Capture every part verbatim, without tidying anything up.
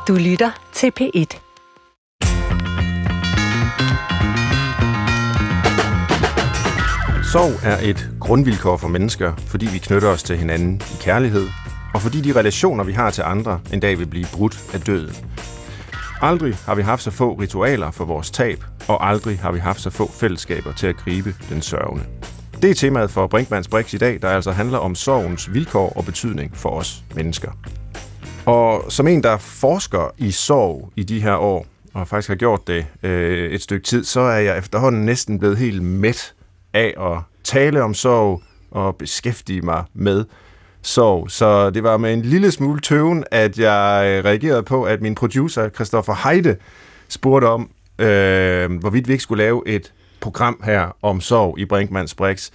Du lytter til P et. Sorg er et grundvilkår for mennesker, fordi vi knytter os til hinanden i kærlighed, og fordi de relationer, vi har til andre, en dag vil blive brudt af døden. Aldrig har vi haft så få ritualer for vores tab, og aldrig har vi haft så få fællesskaber til at gribe den sørgende. Det er temaet for Brinkmanns Brix i dag, der altså handler om sorgens vilkår og betydning for os mennesker. Og som en, der forsker i sorg i de her år, og faktisk har gjort det øh, et stykke tid, så er jeg efterhånden næsten blevet helt mæt af at tale om sorg og beskæftige mig med sorg. Så det var med en lille smule tøven, at jeg reagerede på, at min producer, Christoffer Heide, spurgte om, øh, hvorvidt vi ikke skulle lave et program her om sorg i Brinkmanns Brix.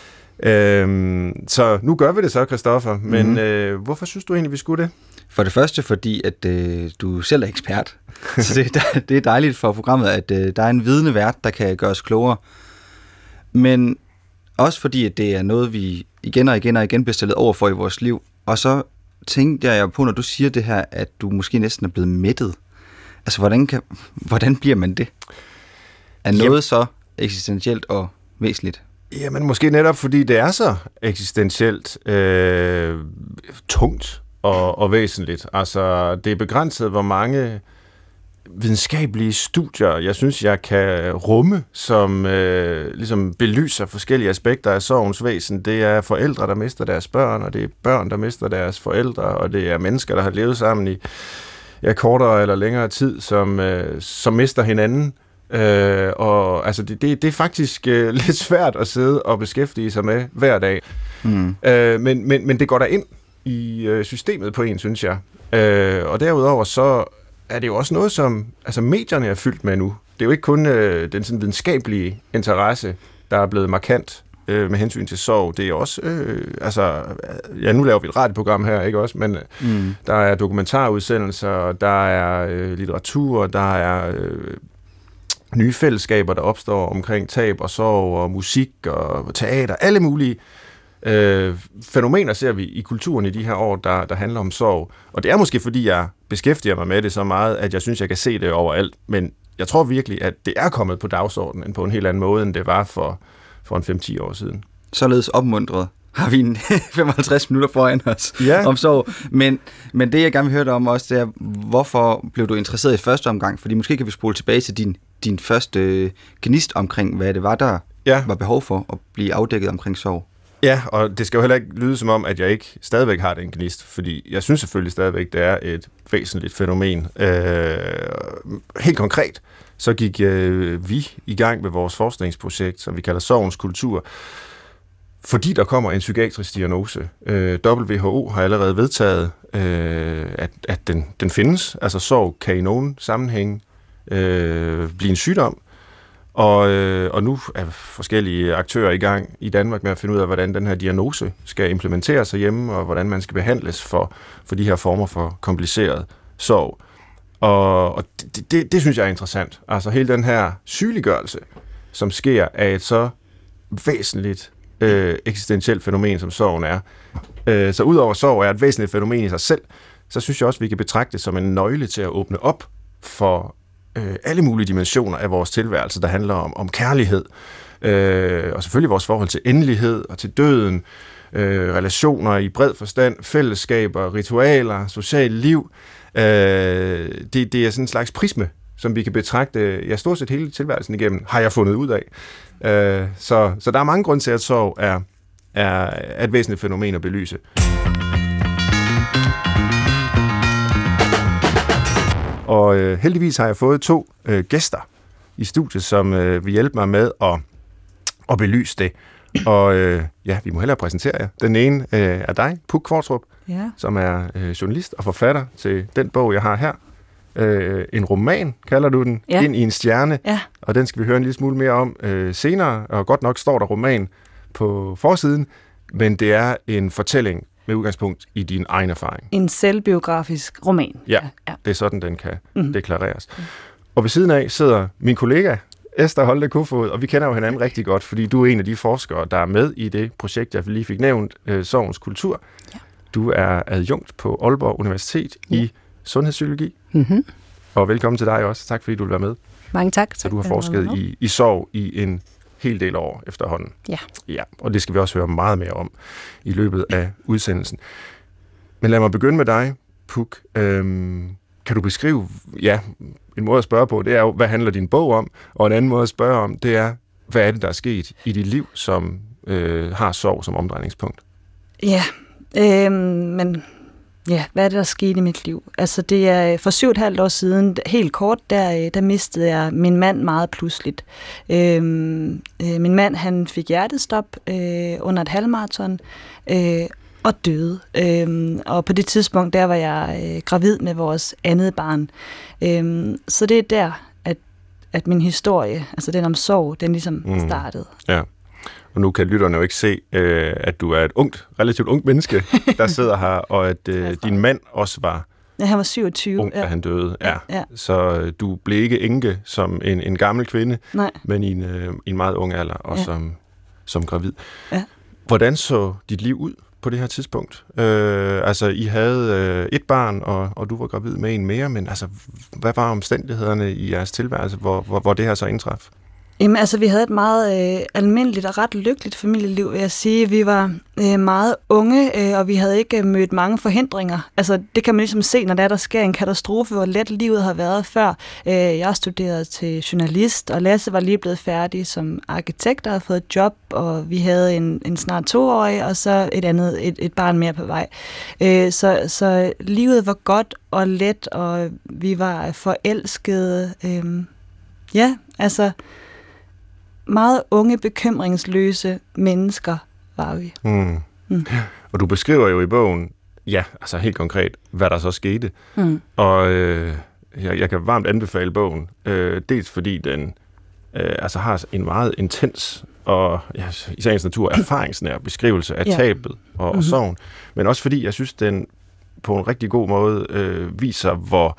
Øh, så nu gør vi det så, Christoffer, men mm-hmm. øh, hvorfor synes du egentlig, vi skulle det? For det første, fordi at øh, du selv er ekspert. Så det, der, det er dejligt for programmet, at øh, der er en vidende vært, der kan gøre os klogere. Men også fordi, at det er noget, vi igen og igen og igen bliver stillet over for i vores liv. Og så tænkte jeg på, når du siger det her, at du måske næsten er blevet mættet. Altså, hvordan, kan, hvordan bliver man det? Er noget Jamen. så eksistentielt og væsentligt? Jamen, måske netop fordi det er så eksistentielt øh, tungt og, og væsentligt. Altså, det er begrænset, hvor mange videnskabelige studier, jeg synes, jeg kan rumme, som øh, ligesom belyser forskellige aspekter af sorgens væsen. Det er forældre, der mister deres børn, og det er børn, der mister deres forældre, og det er mennesker, der har levet sammen i ja, kortere eller længere tid, som, øh, som mister hinanden. Øh, og altså, det, det, det er faktisk øh, lidt svært at sidde og beskæftige sig med hver dag. Mm. Øh, men, men, men det går der ind i øh, systemet på en, synes jeg. Øh, og derudover så er det jo også noget, som altså medierne er fyldt med nu. Det er jo ikke kun øh, den sådan videnskabelige interesse, der er blevet markant øh, med hensyn til sorg. Det er også, øh, altså, ja, nu laver vi et radioprogram her, ikke også, men mm. der er dokumentarudsendelser, der er øh, litteratur, der er øh, nye fællesskaber, der opstår omkring tab og sorg og musik og teater, alle mulige Øh, fænomener ser vi i kulturen i de her år, der, der handler om sorg. Og det er måske, fordi jeg beskæftiger mig med det så meget, at jeg synes, jeg kan se det overalt. Men jeg tror virkelig, at det er kommet på dagsordenen på en helt anden måde, end det var for, for en fem til ti år siden. Således opmuntret har vi en femoghalvtreds minutter foran os ja. om sorg. Men, men det, jeg gerne vil høre dig om også, det er, hvorfor blev du interesseret i første omgang? Fordi måske kan vi spole tilbage til din, din første gnist omkring, hvad det var, der ja. var behov for at blive afdækket omkring sorg. Ja, og det skal jo heller ikke lyde som om, at jeg ikke stadigvæk har den gnist, fordi jeg synes selvfølgelig stadigvæk, det er et væsentligt fænomen. Øh, helt konkret, så gik øh, vi i gang med vores forskningsprojekt, som vi kalder Sorgens Kultur, fordi der kommer en psykiatrisk diagnose. Øh, W H O har allerede vedtaget, øh, at, at den, den findes. Altså sorg kan i nogen sammenhæng øh, blive en sygdom. Og, øh, og nu er forskellige aktører i gang i Danmark med at finde ud af, hvordan den her diagnose skal implementeres hjemme, og hvordan man skal behandles for, for de her former for kompliceret sorg. Og, og det, det, det synes jeg er interessant. Altså hele den her sygeliggørelse, som sker af et så væsentligt øh, eksistentielt fænomen, som sorgen er. Øh, så udover sorg er et væsentligt fænomen i sig selv, så synes jeg også, vi kan betragte det som en nøgle til at åbne op for Øh, alle mulige dimensioner af vores tilværelse, der handler om, om kærlighed, øh, og selvfølgelig vores forhold til endelighed og til døden, øh, relationer i bred forstand, fællesskaber, ritualer, socialt liv. Øh, det, det er sådan en slags prisme, som vi kan betragte, ja, stort set hele tilværelsen igennem, har jeg fundet ud af. Øh, så, så der er mange grunde til, at sorg er, er et væsentligt fænomen at belyse. Og øh, heldigvis har jeg fået to øh, gæster i studiet, som øh, vil hjælpe mig med at, at belyse det. Og øh, ja, vi må hellere præsentere jer. Den ene øh, er dig, Puk Kvartrup, ja. som er øh, journalist og forfatter til den bog, jeg har her. Øh, en roman, kalder du den, ja. Ind i en stjerne. Ja. Og den skal vi høre en lille smule mere om øh, senere. Og godt nok står der roman på forsiden, men det er en fortælling med udgangspunkt i din egen erfaring. En selvbiografisk roman. Ja, ja. Det er sådan, den kan mm. deklareres. Mm. Og ved siden af sidder min kollega, Esther Holte Kofod, og vi kender jo hinanden rigtig godt, fordi du er en af de forskere, der er med i det projekt, jeg lige fik nævnt, øh, Sorgens Kultur. Ja. Du er adjunkt på Aalborg Universitet ja. i sundhedspsykologi. Mm-hmm. Og velkommen til dig også. Tak fordi du vil være med. Mange tak. Så du har forsket i, i sorg i en hel del år efterhånden. Ja. Ja, og det skal vi også høre meget mere om i løbet af udsendelsen. Men lad mig begynde med dig, Puk. Øhm, kan du beskrive, ja, en måde at spørge på, det er jo, hvad handler din bog om? Og en anden måde at spørge om, det er, hvad er det, der er sket i dit liv, som øh, har sorg som omdrejningspunkt? Ja, øh, men ja, hvad er det, der skete i mit liv? Altså, det er for syv og et halvt år siden, helt kort, der, der mistede jeg min mand meget pludseligt. Øh, øh, min mand, han fik hjertestop øh, under et halvmarathon, øh, og døde. Øhm, og på det tidspunkt, der var jeg øh, gravid med vores andet barn. Øhm, så det er der, at, at min historie, altså den om sorg, den ligesom mm. startede. Ja, og nu kan lytterne jo ikke se, øh, at du er et ungt, relativt ungt menneske, der sidder her, og at øh, din mand også var ja, han var syvogtyve, ung, da ja. han døde. Ja. Ja, ja. Så øh, du blev ikke enke som en, en gammel kvinde, Nej. men i en, øh, i en meget ung alder, og ja. som, som gravid. Ja. Hvordan så dit liv ud på det her tidspunkt? Øh, altså, I havde øh, et barn, og, og du var gravid med en mere, men altså, hvad var omstændighederne i jeres tilværelse, hvor, hvor, hvor det her så indtraf? Jamen, altså, vi havde et meget øh, almindeligt og ret lykkeligt familieliv, vil jeg sige. Vi var øh, meget unge, øh, og vi havde ikke mødt mange forhindringer. Altså, det kan man ligesom se, når der, der sker en katastrofe, hvor let livet har været før. Øh, jeg studerede til journalist, og Lasse var lige blevet færdig som arkitekt og havde fået et job, og vi havde en, en snart toårig, og så et andet, et, et barn mere på vej. Øh, så, så livet var godt og let, og vi var forelskede. Øh, ja, altså meget unge, bekymringsløse mennesker var vi. Mm. Mm. Og du beskriver jo i bogen, ja, altså helt konkret, hvad der så skete. Mm. Og øh, jeg, jeg kan varmt anbefale bogen, øh, dels fordi den øh, altså har en meget intens og ja, i sagens natur erfaringsnær beskrivelse af ja. tabet og, og mm-hmm. sorgen, men også fordi jeg synes, den på en rigtig god måde øh, viser, hvor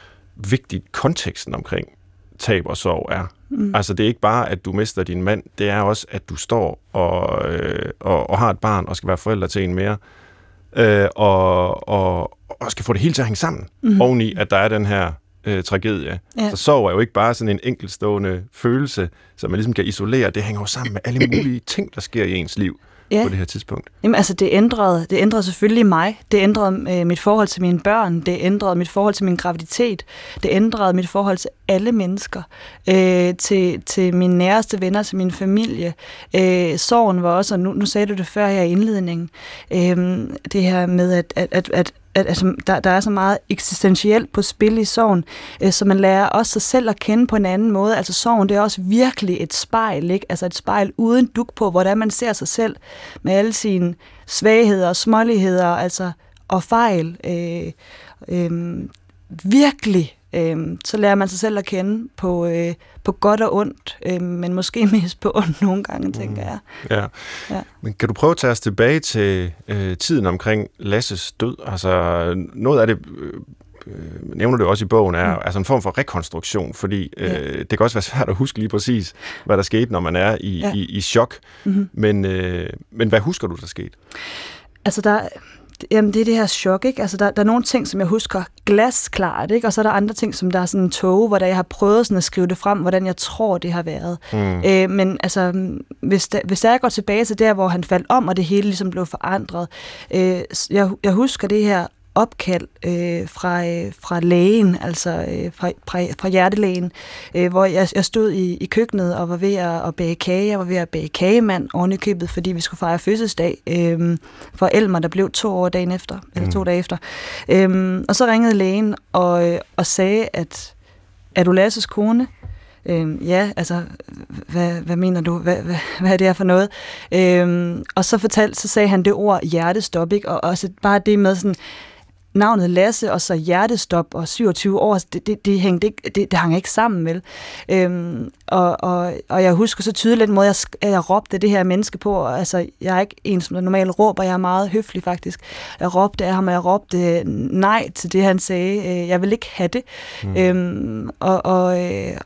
vigtigt konteksten omkring tab og sorg er. Mm. Altså, det er ikke bare, at du mister din mand, det er også, at du står og, øh, og, og har et barn og skal være forældre til en mere, øh, og, og, og skal få det hele til at hænge sammen, mm. oveni, at der er den her øh, tragedie. Ja. Så sorg er jo ikke bare sådan en enkeltstående følelse, som man ligesom kan isolere. Det hænger jo sammen med alle mulige ting, der sker i ens liv. Ja. På det her tidspunkt. Jamen altså, det ændrede, det ændrede selvfølgelig mig. Det ændrede øh, mit forhold til mine børn. Det ændrede mit forhold til min graviditet. Det ændrede mit forhold til alle mennesker. Øh, til, til mine næreste venner, til min familie. Øh, sorgen var også, og nu, nu sagde du det før her i indledningen, øh, det her med, at, at, at, at At, altså, der, der er så meget eksistentielt på spil i sorgen, øh, så man lærer også sig selv at kende på en anden måde. Altså sorgen, det er også virkelig et spejl, ikke? Altså et spejl uden dug på, hvordan man ser sig selv med alle sine svagheder og småligheder, altså, og fejl. Øh, øh, virkelig, øh, så lærer man sig selv at kende på, øh, på godt og ondt, øh, men måske mest på ondt nogle gange, tænker jeg. Ja. Ja. Men kan du prøve at tage os tilbage til øh, tiden omkring Lasses død? Altså, noget af det, øh, nævner du også i bogen, er mm. altså en form for rekonstruktion, fordi øh, ja. det kan også være svært at huske lige præcis, hvad der skete, når man er i, ja. i, i chok. Mm-hmm. Men, øh, men hvad husker du, der skete? Altså, der... Jamen, det er det her chok, ikke? Altså, der, der er nogle ting, som jeg husker glasklart, ikke? Og så er der andre ting, som der er sådan en tåge, hvor der jeg har prøvet sådan at skrive det frem, hvordan jeg tror, det har været. Mm. Øh, men altså, hvis, der, hvis der jeg går tilbage til der, hvor han faldt om, og det hele ligesom blev forandret, øh, jeg, jeg husker det her opkald øh, fra, øh, fra lægen, altså øh, fra, fra, fra hjertelægen, øh, hvor jeg, jeg stod i, i køkkenet og var ved at, at bage kage. Jeg var ved at bage kagemand oven i købet, fordi vi skulle fejre fødselsdag øh, for Elmer, der blev to år dagen efter, eller mm. to dage efter. Øh, og så ringede lægen og, og sagde, at er du Lasses kone? Øh, ja, altså, hvad, hvad mener du? Hvad, hvad, hvad er det her for noget? Øh, og så fortalte, så sagde han det ord hjertestop, ikke? Og også bare det med sådan, navnet Lasse og så hjertestop og syvogtyve år, det, det, det, hængte ikke, det, det hang ikke sammen, vel? Øhm, og, og, og jeg husker så tydeligt den måde, jeg, jeg råbte det her menneske på. Altså, jeg er ikke en, som normalt råber, jeg er meget høflig faktisk. Jeg råbte af ham, og jeg råbte nej til det, han sagde. Jeg vil ikke have det. Mm. Øhm, og, og,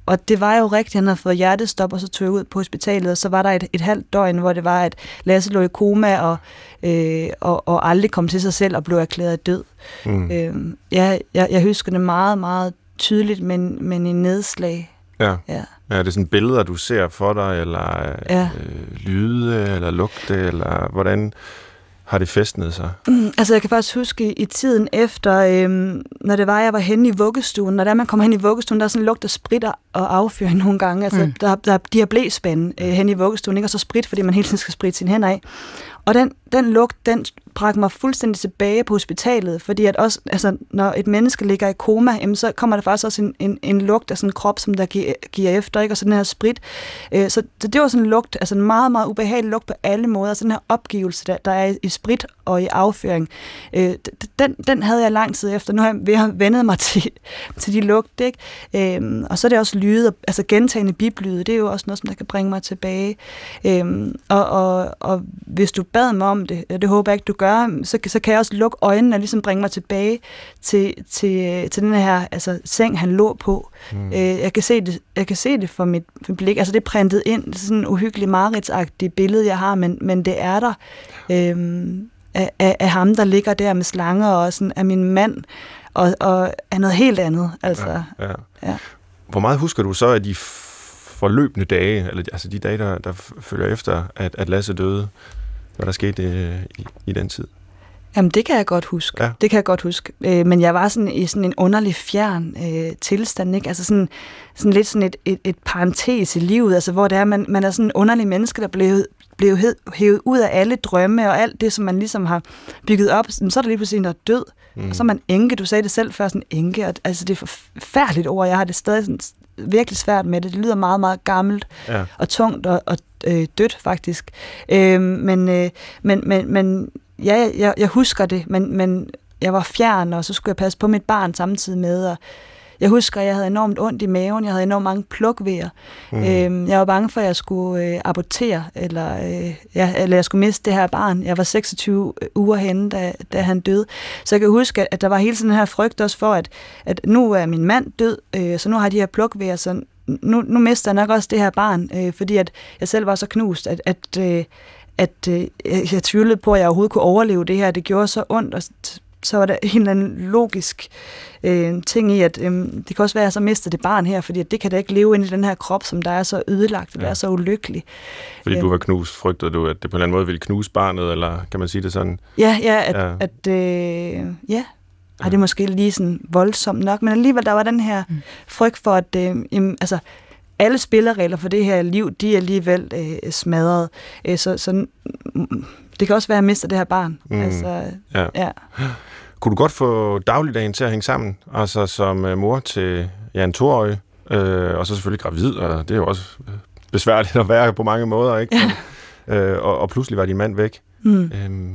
og det var jo rigtigt, han havde fået hjertestop, og så tog jeg ud på hospitalet, og så var der et, et halvt døgn, hvor det var, at Lasse lå i koma, og, øh, og, og aldrig kom til sig selv, og blev erklæret død. Mm. Øh, jeg, jeg, jeg husker det meget, meget tydeligt, men, men i nedslag. Ja. ja. Ja, det er sådan billeder, du ser for dig, eller ja. øh, lyde, eller lugte, eller hvordan har det fæstnet sig? Mm, altså, jeg kan faktisk huske i, i tiden efter, øhm, når det var, jeg var henne i vuggestuen, når der man kommer hen i vuggestuen, der er sådan lugt af sprit og afføring nogle gange. Altså, mm. der, der, de har blæspande øh, hen i vuggestuen, ikke? Og så sprit, fordi man hele tiden skal spritte sine hænder af. Og den, den lugt, den bragte mig fuldstændig tilbage på hospitalet, fordi at også, altså, når et menneske ligger i koma, jamen, så kommer der faktisk også en, en, en lugt af sådan en krop, som der giver, giver efter, ikke? Og så den her sprit. Øh, så det, det var sådan en lugt, altså en meget, meget ubehagelig lugt på alle måder. Så den her opgivelse, der, der er i sprit og i afføring, øh, den, den havde jeg lang tid efter. Nu har jeg vendet mig til, til de lugte, ikke? Øh, og så er det også lyde, altså gentagende biblyde, det er jo også noget, som der kan bringe mig tilbage. Øh, og, og, og hvis du bad mig om det, det håber jeg ikke, du gør, så, så kan jeg også lukke øjnene og ligesom bringe mig tilbage til, til, til den her altså, seng, han lå på. Mm. Øh, jeg, kan se det, jeg kan se det for mit, for mit blik. Altså det er printet ind, det er sådan en uhyggelig mareridtsagtigt billede, jeg har, men, men det er der øh, af, af, af ham, der ligger der med slanger, og sådan af min mand, og, og af noget helt andet. Altså, ja, ja. Ja. Hvor meget husker du så af de forløbende dage, eller altså de dage, der, der følger efter, at, at Lasse døde? Hvad der skete øh, i, i den tid? Jamen, det kan jeg godt huske. Ja. Det kan jeg godt huske. Øh, men jeg var sådan i sådan en underlig fjern øh, tilstand, ikke? Altså sådan, sådan lidt sådan et, et, et parentes i livet, altså hvor det er, man, man er sådan en underlig menneske, der blev, blev hævet ud af alle drømme og alt det, som man ligesom har bygget op. Så er der lige pludselig en, der er død. Mm. Og så er man enke. Du sagde det selv før, sådan enke. Og, altså, det er forfærdeligt ord. Jeg har det stadig sådan, virkelig svært med det. Det lyder meget, meget gammelt ja. og tungt og, og øh, dødt, faktisk. Øh, men, øh, men, men, men ja, jeg, jeg husker det, men, men jeg var fjern, og så skulle jeg passe på mit barn samtidig med, og jeg husker, at jeg havde enormt ondt i maven, jeg havde enormt mange plukvejer. Mm. Øh, jeg var bange for, at jeg skulle øh, abortere, eller, øh, ja, eller jeg skulle miste det her barn. Jeg var seksogtyve uger henne, da, da han døde. Så jeg kan huske, at der var hele sådan her frygt også for, at, at nu er min mand død, øh, så nu har de her plukvejer, så nu, nu mister jeg nok også det her barn, øh, fordi at jeg selv var så knust, at, at, øh, at øh, jeg tvivlede på, at jeg overhovedet kunne overleve det her. Det gjorde så ondt, og så var der en eller anden logisk øh, ting i, at øh, det kan også være, at jeg så mister det barn her, fordi at det kan da ikke leve ind i den her krop, som der er så ødelagt, og ja. der er så ulykkelig. Fordi øh, du var knust, frygtede du, at det på en eller anden måde ville knuse barnet, eller kan man sige det sådan? Ja, ja, at, ja. at øh, ja, har det måske lige sådan voldsomt nok, men alligevel der var den her mm. frygt for, at øh, jamen, altså, alle spilleregler for det her liv, de er alligevel øh, smadret. Øh, så, så mm, det kan også være, at jeg mister det her barn. Mm. Altså, ja. Ja. Kunne du godt få dagligdagen til at hænge sammen? Altså som uh, mor til ja, en toårig, øh, og så selvfølgelig gravid, og det er jo også besværligt at være på mange måder, ikke? Ja. Øh, og, og pludselig var din mand væk. Mm. Øhm.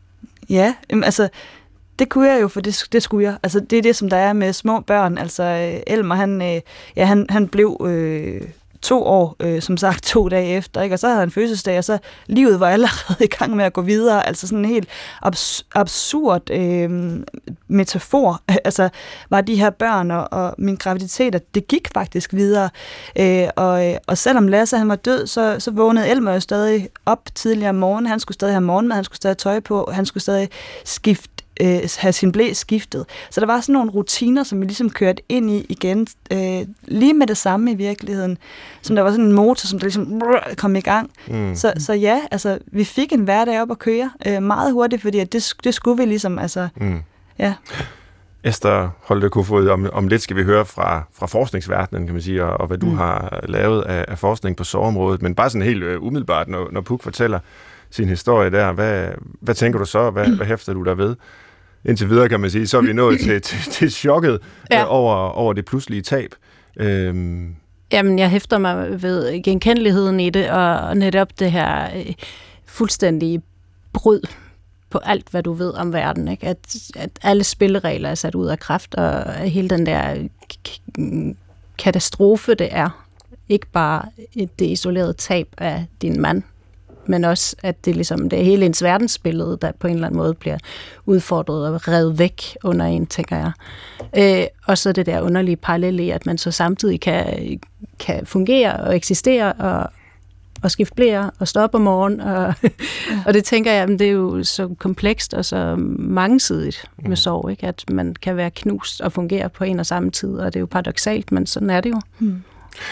Ja, øhm, altså det kunne jeg jo, for det, det skulle jeg. Altså det er det, som der er med små børn. Altså Elmer, han, øh, ja, han, han blev øh, to år, øh, som sagt to dage efter, ikke? Og så havde han fødselsdag, og så livet var allerede i gang med at gå videre. Altså sådan en helt abs- absurd øh, metafor. Altså var de her børn og, og min graviditet, at det gik faktisk videre. Øh, og, og selvom Lasse han var død, så, så vågnede Elmer jo stadig op tidligere om morgenen. Han skulle stadig have morgenmad, han skulle stadig have tøj på, han skulle stadig skifte Øh, have sin blæ skiftet. Så der var sådan nogle rutiner, som vi ligesom kørte ind i igen, øh, lige med det samme i virkeligheden, som der var sådan en motor, som der ligesom brrr, kom i gang. Mm. Så, så ja, altså, vi fik en hverdag op at køre øh, meget hurtigt, fordi at det, det skulle vi ligesom, altså, mm. ja. Esther Holte Kofoed, om, om lidt skal vi høre fra, fra forskningsverdenen, kan man sige, og, og hvad du mm. har lavet af, af forskning på sorgområdet, men bare sådan helt øh, umiddelbart, når, når Puk fortæller sin historie der, hvad, hvad tænker du så, hvad, hvad hæfter du der ved? Indtil videre, kan man sige, så er vi nået til, til, til chokket ja. øh, over, over det pludselige tab. Øhm. Jamen, jeg hæfter mig ved genkendeligheden i det, og netop det her øh, fuldstændige brud på alt, hvad du ved om verden. Ikke? At, at alle spilleregler er sat ud af kraft, og hele den der k- katastrofe, det er. Ikke bare det isolerede tab af din mand, men også, at det ligesom det er hele ens verdensbillede, der på en eller anden måde bliver udfordret og revet væk under en, tænker jeg. Øh, og så det der underlige parallelle i, at man så samtidig kan, kan fungere og eksistere og, og skifte blære og stå op om morgenen. Og, ja. og det tænker jeg, det er jo så komplekst og så mangesidigt med sorg, ikke? At man kan være knust og fungere på en og samme tid, og det er jo paradoksalt, men sådan er det jo. Hmm.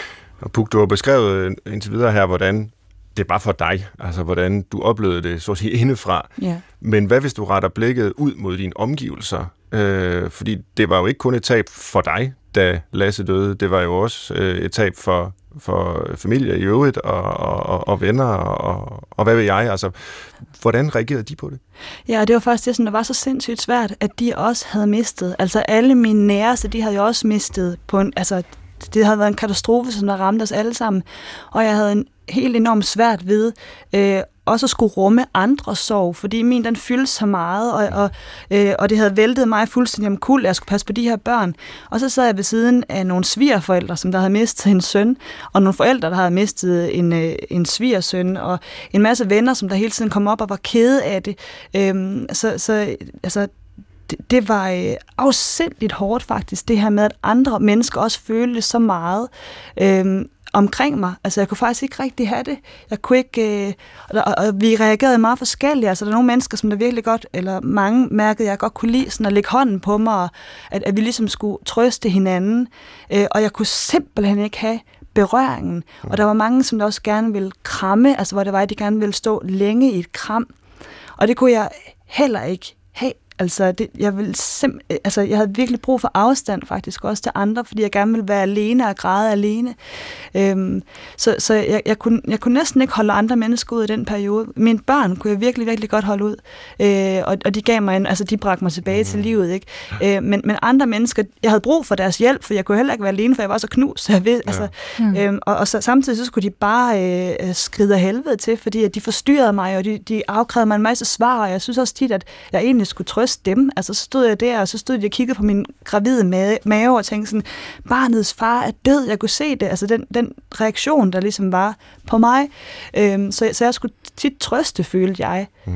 Og Puk, du har beskrevet indtil videre her, hvordan det er bare for dig, altså hvordan du oplevede det, så at sige, indefra. Ja. Men hvad hvis du retter blikket ud mod dine omgivelser? Øh, fordi det var jo ikke kun et tab for dig, da Lasse døde. Det var jo også øh, et tab for, for familie i øvrigt, og, og, og venner, og, og hvad ved jeg? Altså, hvordan reagerede de på det? Ja, det var faktisk det, som der var så sindssygt svært, at de også havde mistet. Altså alle mine næreste, de havde jo også mistet på en, altså det havde været en katastrofe, som der ramte os alle sammen. Og jeg havde en helt enormt svært ved øh, også at skulle rumme andres sorg, fordi min den fyldte så meget, og, og, øh, og det havde væltet mig fuldstændig omkuld, at jeg skulle passe på de her børn. Og så sad jeg ved siden af nogle svigerforældre, som der havde mistet en søn, og nogle forældre, der havde mistet en, øh, en svigersøn, og en masse venner, som der hele tiden kom op og var kede af det. Øh, så, så altså Det, det var øh, afsindigt hårdt faktisk, det her med, at andre mennesker også følte så meget øh, omkring mig. Altså, jeg kunne faktisk ikke rigtig have det. Jeg kunne ikke... Øh, og, og, og vi reagerede meget forskelligt. Altså, der er nogle mennesker, som der virkelig godt, eller mange mærkede, jeg godt kunne lide, sådan at lægge hånden på mig, og at, at vi ligesom skulle trøste hinanden. Øh, og jeg kunne simpelthen ikke have berøringen. Og der var mange, som der også gerne ville kramme, altså hvor det var, at de gerne ville stå længe i et kram. Og det kunne jeg heller ikke have. Altså, det, jeg, ville sim- altså, jeg havde virkelig brug for afstand faktisk også til andre, fordi jeg gerne ville være alene og græde alene. Øhm, så så jeg, jeg, kunne, jeg kunne næsten ikke holde andre mennesker ud i den periode. Mine børn kunne jeg virkelig, virkelig godt holde ud. Øh, og, og de gav mig en, altså de bragte mig tilbage til livet, ikke? Øh, men, men andre mennesker, jeg havde brug for deres hjælp, for jeg kunne heller ikke være alene, for jeg var så knust. Så jeg ved, ja. altså, mm. øhm, og, og så, samtidig så skulle de bare øh, skride af helvede til, fordi at de forstyrrede mig, og de, de afkrævede mig en masse svar, og jeg synes også tit, at jeg egentlig skulle trøste dem. Altså, så stod jeg der, og så stod jeg og kiggede på min gravide mave, mave og tænkte sådan, barnets far er død, jeg kunne se det. Altså, den, den reaktion, der ligesom var på mig. Øhm, så, så jeg skulle tit trøste, følte jeg. Mm.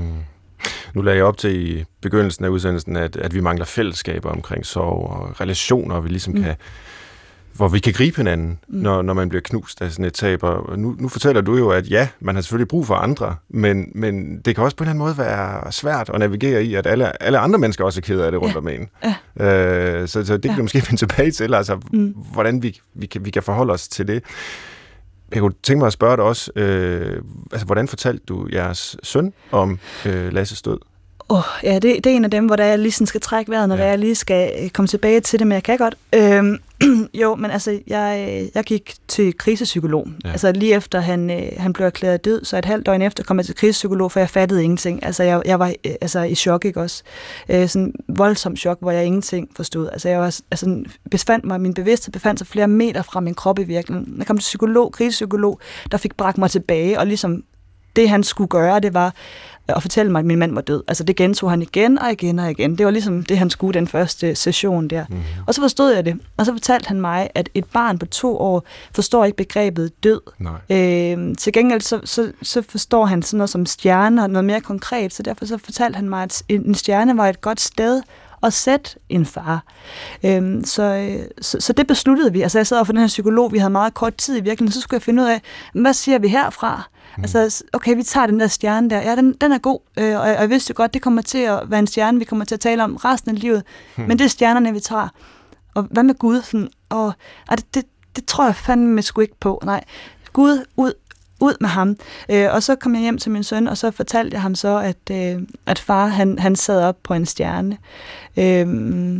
Nu lagde jeg op til i begyndelsen af udsendelsen, at, at vi mangler fællesskaber omkring sorg og relationer, vi ligesom mm. kan, hvor vi kan gribe hinanden, mm. når, når man bliver knust af sådan et tab. Og nu, nu fortæller du jo, at ja, man har selvfølgelig brug for andre, men, men det kan også på en eller anden måde være svært at navigere i, at alle, alle andre mennesker også er ked af det rundt ja. om en. Ja. Øh, så, så det kan ja. du måske finde tilbage til, altså mm. hvordan vi, vi, kan, vi kan forholde os til det. Jeg kunne tænke mig at spørge dig også, øh, altså hvordan fortalte du jeres søn om øh, Lasses død? Oh, ja, det, det er en af dem, hvor der jeg lige sådan skal trække vejret, når ja. jeg lige skal komme tilbage til det, men jeg kan godt. Øhm, jo, men altså, jeg, jeg gik til krisepsykolog. Ja. Altså lige efter han, øh, han blev erklæret død, så et halvt døgn efter kom jeg til krisepsykolog, for jeg fattede ingenting. Altså, jeg, jeg var øh, altså, i chok, ikke også? Øh, sådan voldsomt chok, hvor jeg ingenting forstod. Altså, jeg var, altså, befandt mig, min bevidsthed befandt sig flere meter fra min krop i virkeligheden. Jeg kom til psykolog, krisepsykolog, der fik bragt mig tilbage, og ligesom det, han skulle gøre, det var og fortælle mig, at min mand var død. Altså det gentog han igen og igen og igen. Det var ligesom det, han skulle den første session der. Mm-hmm. Og så forstod jeg det. Og så fortalte han mig, at et barn på to år forstår ikke begrebet død. Øh, til gengæld så, så, så forstår han sådan noget som stjerner, noget mere konkret. Så derfor så fortalte han mig, at en stjerne var et godt sted at sætte en far. Øhm, så, så, så det besluttede vi. Altså jeg sad over for den her psykolog, vi havde meget kort tid i virkeligheden, så skulle jeg finde ud af, hvad siger vi herfra? Mm. Altså, okay, vi tager den der stjerne der. Ja, den, den er god, øh, og, jeg, og jeg vidste jo godt, det kommer til at være en stjerne, vi kommer til at tale om resten af livet. Mm. Men det er stjernerne, vi tager. Og hvad med Gud? Sådan, og, det, det, det tror jeg fandme sgu ikke på. Nej, Gud, ud, ud med ham. Øh, og så kom jeg hjem til min søn, og så fortalte jeg ham så, at, øh, at far, han, han sad op på en stjerne. Øh,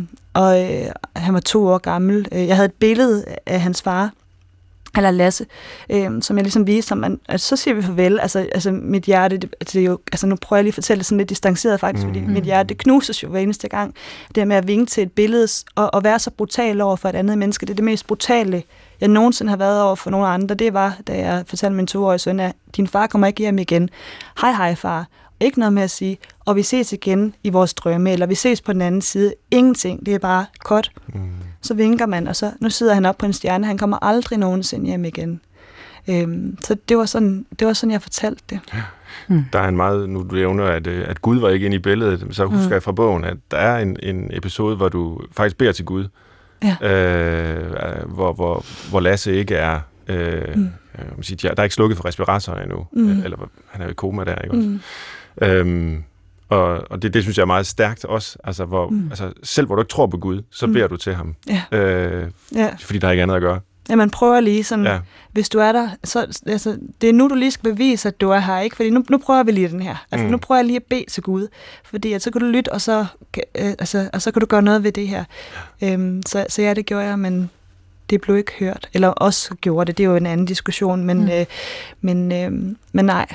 og øh, han var to år gammel. Jeg havde et billede af hans far, eller Lasse, øh, som jeg ligesom viste ham, at, at så siger vi farvel. Altså, altså mit hjerte, det, det er jo, altså nu prøver jeg lige at fortælle det sådan lidt distanceret faktisk, mm. fordi mit hjerte, det knuses jo hver eneste gang. Det med at vinke til et billede, og, og være så brutal over for et andet menneske, det er det mest brutale, jeg nogensinde har været over for nogle andre. Det var, da jeg fortalte min toårige søn, at din far kommer ikke hjem igen. Hej, hej far. Ikke noget med at sige, og vi ses igen i vores drømme, eller vi ses på den anden side. Ingenting, det er bare godt. Mm. Så vinker man, og så nu sidder han op på en stjerne, han kommer aldrig nogensinde hjem igen. Øhm, så det var, sådan, det var sådan, jeg fortalte det. Mm. Der er en meget, nu du nævner, at, at Gud var ikke inde i billedet, så husker mm. jeg fra bogen, at der er en, en episode, hvor du faktisk beder til Gud, ja. øh, hvor, hvor, hvor Lasse ikke er, øh, mm. øh, siger, der er ikke slukket for respiratoren endnu, mm. eller han er jo i koma der, ikke også? Mm. Øhm, og og det, det synes jeg er meget stærkt også, altså, hvor, mm. altså selv hvor du ikke tror på Gud, så beder mm. du til ham, ja. Øh, ja. fordi der er ikke andet at gøre. Ja, man prøver lige sådan, ja. hvis du er der, så altså, det er nu, du lige skal bevise, at du er her, ikke? Fordi nu, nu prøver vi lige den her. Altså, mm. nu prøver jeg lige at bede til Gud, fordi at, så kan du lytte, og så, øh, altså, og så kan du gøre noget ved det her. Øhm, så, så ja, det gjorde jeg, men det blev ikke hørt. Eller også gjorde det, det er jo en anden diskussion, men, mm. øh, men, øh, men nej.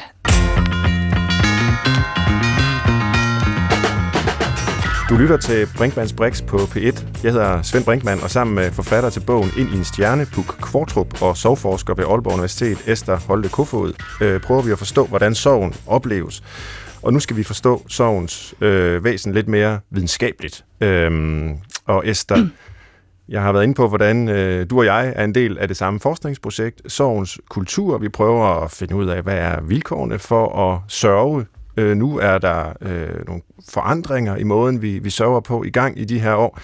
Du lytter til Brinkmanns Brix på P et. Jeg hedder Svend Brinkmann, og sammen med forfatter til bogen Ind i en stjerne, Puk Kvartrup, og sovforsker ved Aalborg Universitet, Esther Holte Kofod, øh, prøver vi at forstå, hvordan sorgen opleves. Og nu skal vi forstå sorgens øh, væsen lidt mere videnskabeligt. Øhm, og Esther, mm. jeg har været inde på, hvordan øh, du og jeg er en del af det samme forskningsprojekt, Sorgens kultur. Vi prøver at finde ud af, hvad er vilkårene for at sørge. Øh, nu er der øh, nogle forandringer i måden, vi, vi sørger på i gang i de her år.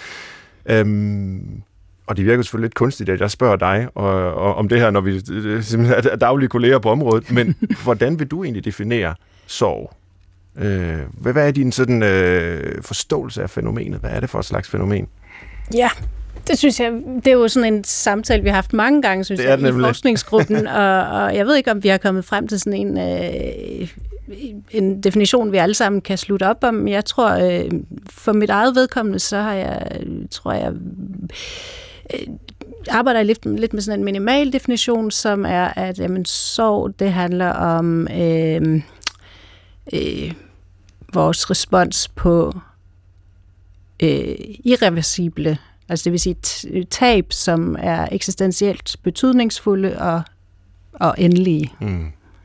Øhm, og det virker selvfølgelig lidt kunstigt, at jeg spørger dig og, og, om det her, når vi er daglige kolleger på området. Men hvordan vil du egentlig definere sorg? Øh, hvad, hvad er din sådan, øh, forståelse af fænomenet? Hvad er det for et slags fænomen? Ja, det synes jeg, det er jo sådan en samtale, vi har haft mange gange, synes jeg, i forskningsgruppen. og, og jeg ved ikke, om vi har kommet frem til sådan en... Øh, en definition, vi alle sammen kan slutte op om. Jeg tror, øh, for mit eget vedkommende, så har jeg, tror jeg, øh, arbejder lidt, lidt med sådan en minimal definition, som er, at jamen, sorg, det handler om øh, øh, vores respons på øh, irreversible, altså det vil sige t- tab, som er eksistentielt betydningsfulde og, og endelige. Mm.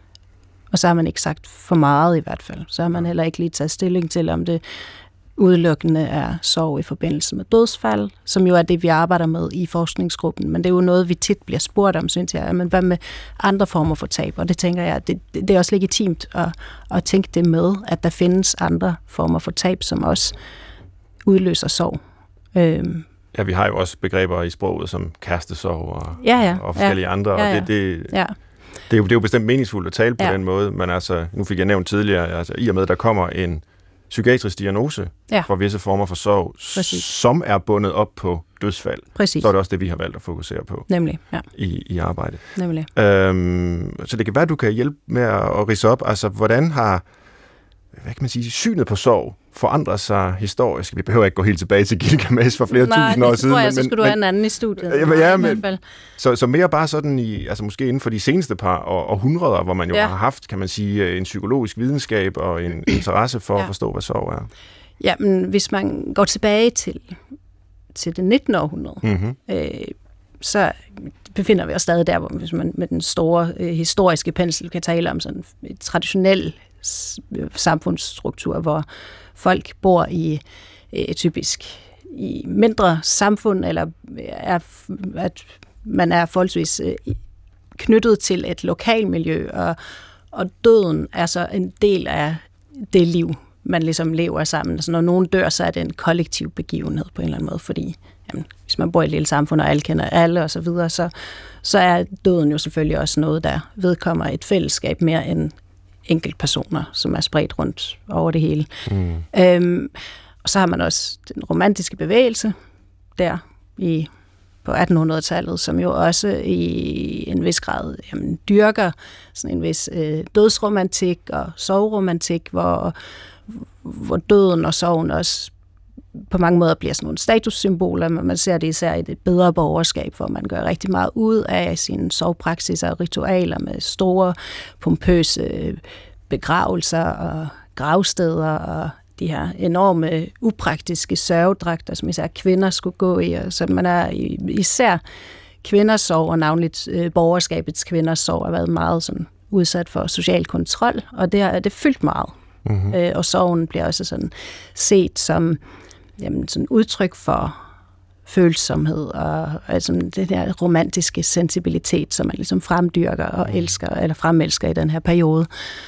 Og så har man ikke sagt for meget i hvert fald. Så har man heller ikke lige taget stilling til, om det udelukkende er sorg i forbindelse med dødsfald, som jo er det, vi arbejder med i forskningsgruppen. Men det er jo noget, vi tit bliver spurgt om, synes jeg. Men hvad med andre former for tab? Og det tænker jeg, det, det er også legitimt at, at tænke det med, at der findes andre former for tab, som også udløser sorg. Øhm. Ja, vi har jo også begreber i sproget som kærestesorg og, ja, ja. og forskellige ja. andre. Ja, ja. Og det, det, ja. Det er, jo, det er jo bestemt meningsfuldt at tale på ja. den måde, men altså, nu fik jeg nævnt tidligere, altså, i og med, der kommer en psykiatrisk diagnose ja. for visse former for sorg, Præcis. som er bundet op på dødsfald, Præcis. så er det også det, vi har valgt at fokusere på Nemlig, ja. i, i arbejdet. Nemlig. Øhm, så det kan være, at du kan hjælpe med at, at ridse op, altså, hvordan har hvad kan man sige, synet på sorg forandrer sig historisk. Vi behøver ikke gå helt tilbage til Gilgamesh for flere Nej, tusind år siden. Nej, så skulle men, du have en anden i studiet. Ja, ja, men, så, så mere bare sådan i, altså måske inden for de seneste par århundreder, hvor man jo ja. har haft, kan man sige, en psykologisk videnskab og en interesse for ja. at forstå, hvad sorg er. Ja, men hvis man går tilbage til, til det nittende århundrede, mm-hmm. øh, så befinder vi os stadig der, hvor hvis man med den store øh, historiske pensel kan tale om sådan en traditionel samfundsstruktur, hvor folk bor i øh, typisk i mindre samfund, eller er, at man er forholdsvis øh, knyttet til et lokalmiljø, og, og døden er så en del af det liv, man ligesom lever sammen. Altså, når nogen dør, så er det en kollektiv begivenhed på en eller anden måde, fordi jamen, hvis man bor i et lille samfund, og alle kender alle og så videre, så, så er døden jo selvfølgelig også noget, der vedkommer et fællesskab mere end enkeltpersoner, som er spredt rundt over det hele. Mm. Øhm, og så har man også den romantiske bevægelse der i, på attenhundredetallet, som jo også i en vis grad jamen, dyrker sådan en vis øh, dødsromantik og sorgromantik, hvor, hvor døden og sorgen også på mange måder bliver sådan nogle statussymboler, men man ser det især i det bedre borgerskab, hvor man gør rigtig meget ud af sine sorgpraksiser og ritualer med store, pompøse begravelser og gravsteder og de her enorme, upraktiske sørgedragter, som især kvinder skulle gå i. Så man er især kvinders sorg, og navnligt borgerskabets kvinders sorg, har været meget sådan udsat for social kontrol, og det har det fyldt meget. Mm-hmm. Øh, og sorgen bliver også sådan set som jamen, sådan udtryk for følsomhed og altså, det der romantiske sensibilitet, som man ligesom fremdyrker og elsker, eller fremelsker i den her periode.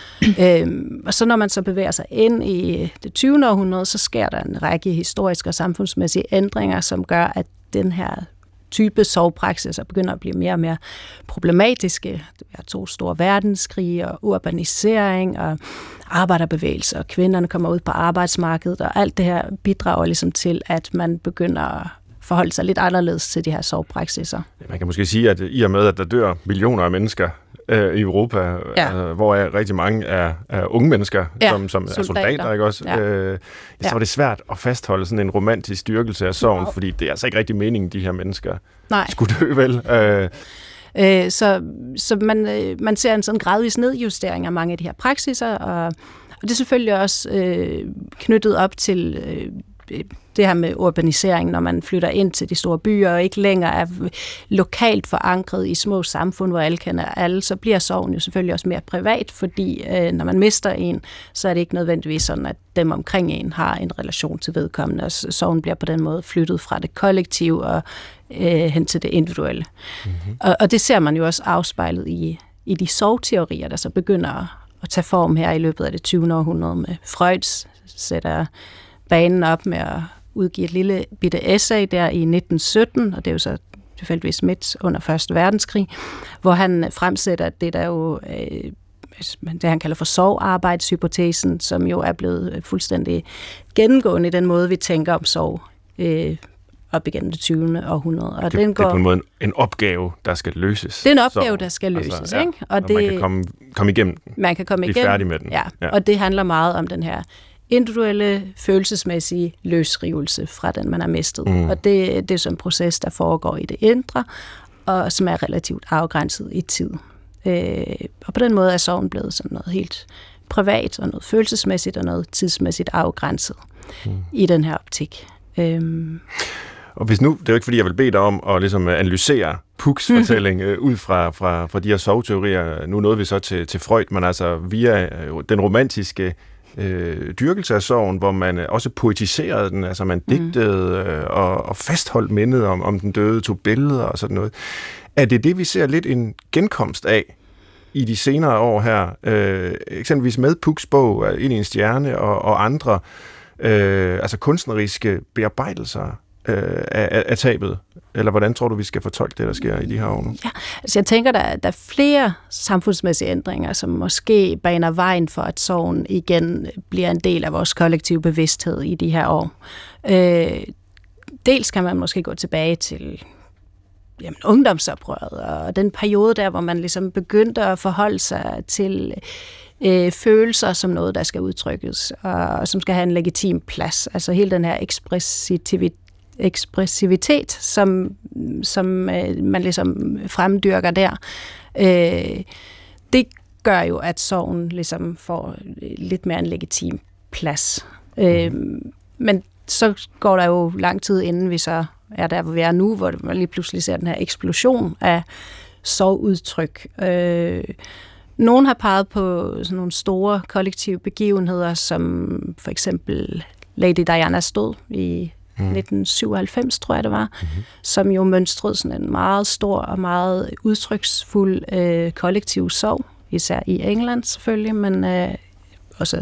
øhm, og så når man så bevæger sig ind i det tyvende århundrede, så sker der en række historiske og samfundsmæssige ændringer, som gør, at den her type sovepraksis begynder at blive mere og mere problematiske. Vi har to store verdenskrige og urbanisering og arbejderbevægelser, og kvinderne kommer ud på arbejdsmarkedet, og alt det her bidrager ligesom til, at man begynder at forholde sig lidt anderledes til de her sovepraksiser. Man kan måske sige, at i og med, at der dør millioner af mennesker øh, i Europa, ja. øh, hvor er rigtig mange er, er unge mennesker, ja, som, som soldater. er soldater, ikke også? Ja. Øh, så ja. er det svært at fastholde sådan en romantisk styrkelse af sorgen, fordi det er altså ikke rigtig meningen, de her mennesker Nej. skulle dø, vel? Øh. Øh, så så man, øh, man ser en sådan gradvis nedjustering af mange af de her praksiser, og, og det er selvfølgelig også øh, knyttet op til øh, det her med urbanisering, når man flytter ind til de store byer og ikke længere er lokalt forankret i små samfund, hvor alle kender alle, så bliver sorgen jo selvfølgelig også mere privat, fordi øh, når man mister en, så er det ikke nødvendigvis sådan, at dem omkring en har en relation til vedkommende, og sorgen bliver på den måde flyttet fra det kollektive og øh, hen til det individuelle. Mm-hmm. Og, og det ser man jo også afspejlet i, i de sorgteorier, der så begynder at tage form her i løbet af det tyvende århundrede med Freuds sætter banen op med at udgive et lille bitte essay der i nitten sytten, og det er jo så tilfældigvis midt under første verdenskrig, hvor han fremsætter det, der jo øh, det han kalder for sorgarbejdshypotesen, som jo er blevet fuldstændig gennemgående i den måde, vi tænker om sorg øh, op igennem det tyvende århundrede. Og det, den det går, er på en måde en opgave, der skal løses. Det er en opgave, så, der skal løses, altså, ja, ikke? Og, og det, man kan komme, komme igennem den. Man kan komme blive igennem. færdig med den. Ja, ja, og det handler meget om den her individuelle, følelsesmæssige løsrivelse fra den, man har mistet. Mm. Og det, det er sådan en proces, der foregår i det indre, og som er relativt afgrænset i tid. Øh, og på den måde er sorgen blevet sådan noget helt privat, og noget følelsesmæssigt, og noget tidsmæssigt afgrænset mm. i den her optik. Øhm. Og hvis nu, det er jo ikke fordi, jeg vil bede dig om at ligesom analysere Puchs fortælling øh, ud fra, fra, fra de her sorgteorier. Nu nåede vi så til, til Freud, men altså via øh, den romantiske øh, dyrkelse af sorgen, hvor man øh, også poetiserede den, altså man digtede øh, og, og fastholdt mindet om, om den døde, tog billeder og sådan noget. Er det det, vi ser lidt en genkomst af i de senere år her? Øh, eksempelvis med Puchs bog, Ind i en stjerne og, og andre øh, altså kunstneriske bearbejdelser øh, af, af tabet? Eller hvordan tror du, vi skal fortolke det, der sker i de her år nu? Ja, altså jeg tænker, der, der er flere samfundsmæssige ændringer, som måske baner vejen for, at sorgen igen bliver en del af vores kollektive bevidsthed i de her år. Øh, dels kan man måske gå tilbage til jamen, ungdomsoprøret, og den periode der, hvor man ligesom begyndte at forholde sig til øh, følelser som noget, der skal udtrykkes, og som skal have en legitim plads. Altså hele den her ekspressivitet, ekspressivitet, som, som øh, man ligesom fremdyrker der, øh, det gør jo, at sorgen ligesom får lidt mere en legitim plads. Mm. Øh, men så går der jo lang tid, inden vi så er der, hvor vi er nu, hvor man lige pludselig ser den her eksplosion af sorgudtryk. Øh, nogen har peget på sådan nogle store kollektive begivenheder, som for eksempel Lady Dianas død i Mm. nitten syvoghalvfems, tror jeg det var, mm-hmm. som jo mønstrede sådan en meget stor og meget udtryksfuld øh, kollektiv sorg, især i England selvfølgelig, men øh, også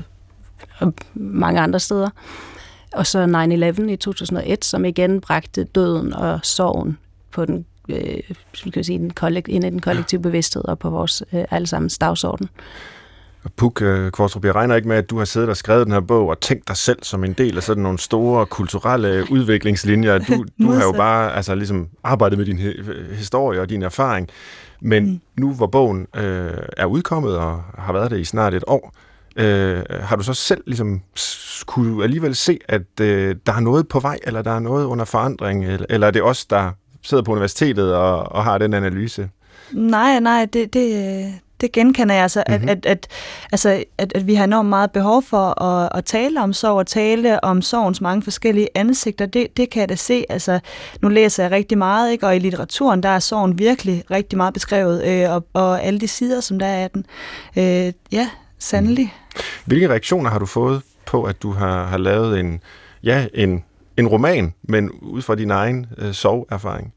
mange andre steder. Og så nine eleven i to tusind og et, som igen bragte døden og sorgen på den, øh, skal jeg sige, den kollekt- ind i den kollektive bevidsthed og på vores øh, allesammens dagsorden. Puch Kvartrup, jeg regner ikke med, at du har siddet og skrevet den her bog og tænkt dig selv som en del af sådan nogle store kulturelle udviklingslinjer. Du, du har jo bare altså, ligesom arbejdet med din historie og din erfaring, men mm. nu hvor bogen øh, er udkommet og har været det i snart et år, øh, har du så selv ligesom kunne alligevel se, at øh, der er noget på vej, eller der er noget under forandring, eller, eller er det os, der sidder på universitetet og, og har den analyse? Nej, nej, det... det Det genkender jeg altså, mm-hmm. at, at, at, altså, at, at vi har enormt meget behov for at, at tale om sorg og tale om sorgens mange forskellige ansigter. Det, det kan jeg da se. Altså, nu læser jeg rigtig meget, ikke? Og i litteraturen, der er sorgen virkelig rigtig meget beskrevet, øh, og, og alle de sider, som der er af den. Øh, ja, sandelig. Hvilke reaktioner har du fået på, at du har, har lavet en, ja, en en roman, men ud fra din egen øh, soverfaring?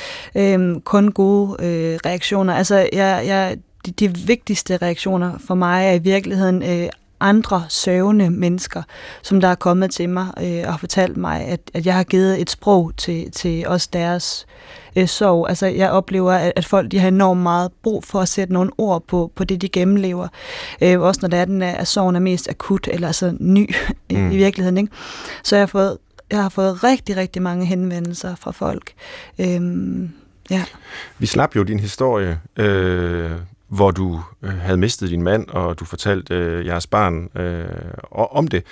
Øhm, kun gode øh, reaktioner. Altså, jeg, jeg, de, de vigtigste reaktioner for mig er i virkeligheden øh, andre sørgende mennesker, som der er kommet til mig øh, og har fortalt mig, at, at jeg har givet et sprog til, til også deres øh, sorg. Altså, jeg oplever, at, at folk de har enormt meget brug for at sætte nogle ord på, på det, de gennemlever. Øh, også når det er, den er, at sorgen er mest akut, eller altså ny mm. i, i virkeligheden. Ikke? Så jeg har fået Jeg har fået rigtig, rigtig mange henvendelser fra folk. Øhm, ja. Vi slap jo din historie, øh, hvor du øh, havde mistet din mand, og du fortalte øh, jeres barn øh, om det.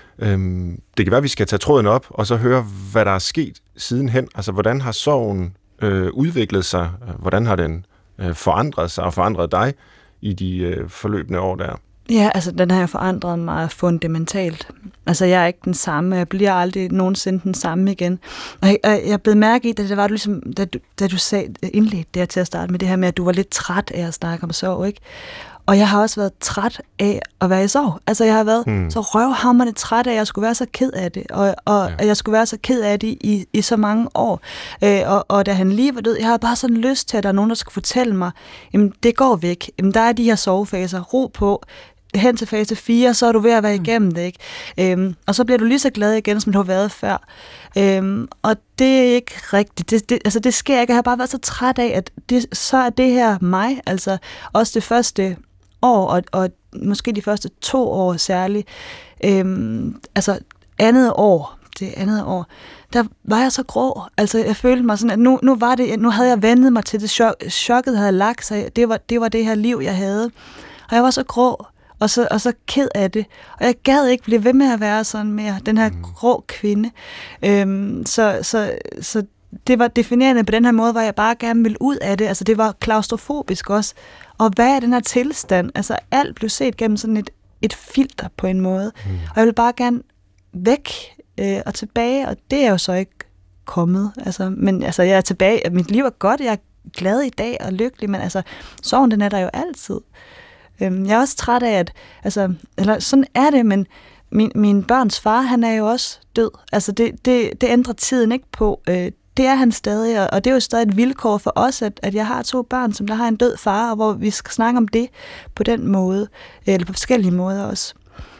Øhm, det kan være, at vi skal tage tråden op, og så høre, hvad der er sket sidenhen. Altså, hvordan har sorgen øh, udviklet sig? Hvordan har den øh, forandret sig og forandret dig i de øh, forløbende år der? Ja, altså den har jo forandret mig fundamentalt. Altså jeg er ikke den samme, jeg bliver aldrig nogensinde den samme igen. Og jeg, jeg er blevet mærke i, at det var du ligesom, da du, da du sagde, indledte der til at starte med det her med, at du var lidt træt af at snakke om sorg, ikke? Og jeg har også været træt af at være i sorg. Altså jeg har været hmm. så røvhamrende træt af, at jeg skulle være så ked af det, og, og ja. at jeg skulle være så ked af det i, i så mange år. Øh, og, og da han lige var død, jeg havde bare sådan lyst til, at der er nogen, der skal fortælle mig, jamen det går væk, jamen der er de her sovefaser, ro på, hen til fase fire, så er du ved at være igennem det, ikke? Øhm, og så bliver du lige så glad igen, som du har været før. Øhm, og det er ikke rigtigt. Det, det, altså det sker ikke. Jeg har bare været så træt af, at det, så er det her mig. Altså også det første år, og, og måske de første to år særligt. Øhm, altså andet år, det andet år, der var jeg så grå. Altså jeg følte mig sådan, at nu, nu var det, nu havde jeg vendet mig til det chok, chokket havde lagt sig. Det var, det var det her liv, jeg havde. Og jeg var så grå. Og så, og så ked af det. Og jeg gad ikke blive ved med at være sådan mere, den her mm. grå kvinde. Øhm, så, så, så det var definerende på den her måde, hvor jeg bare gerne ville ud af det. Altså det var klaustrofobisk også. Og hvad er den her tilstand? Altså alt blev set gennem sådan et, et filter på en måde. Mm. Og jeg ville bare gerne væk øh, og tilbage, og det er jo så ikke kommet. Altså, men altså jeg er tilbage, mit liv er godt, jeg er glad i dag og lykkelig, men altså sorgen den er der jo altid. Jeg er også træt af, at, altså, eller sådan er det, men min, min børns far, han er jo også død. Altså det, det, det ændrer tiden ikke på. Det er han stadig, og det er jo stadig et vilkår for os, at, at jeg har to børn, som der har en død far, og hvor vi skal snakke om det på den måde, eller på forskellige måder også.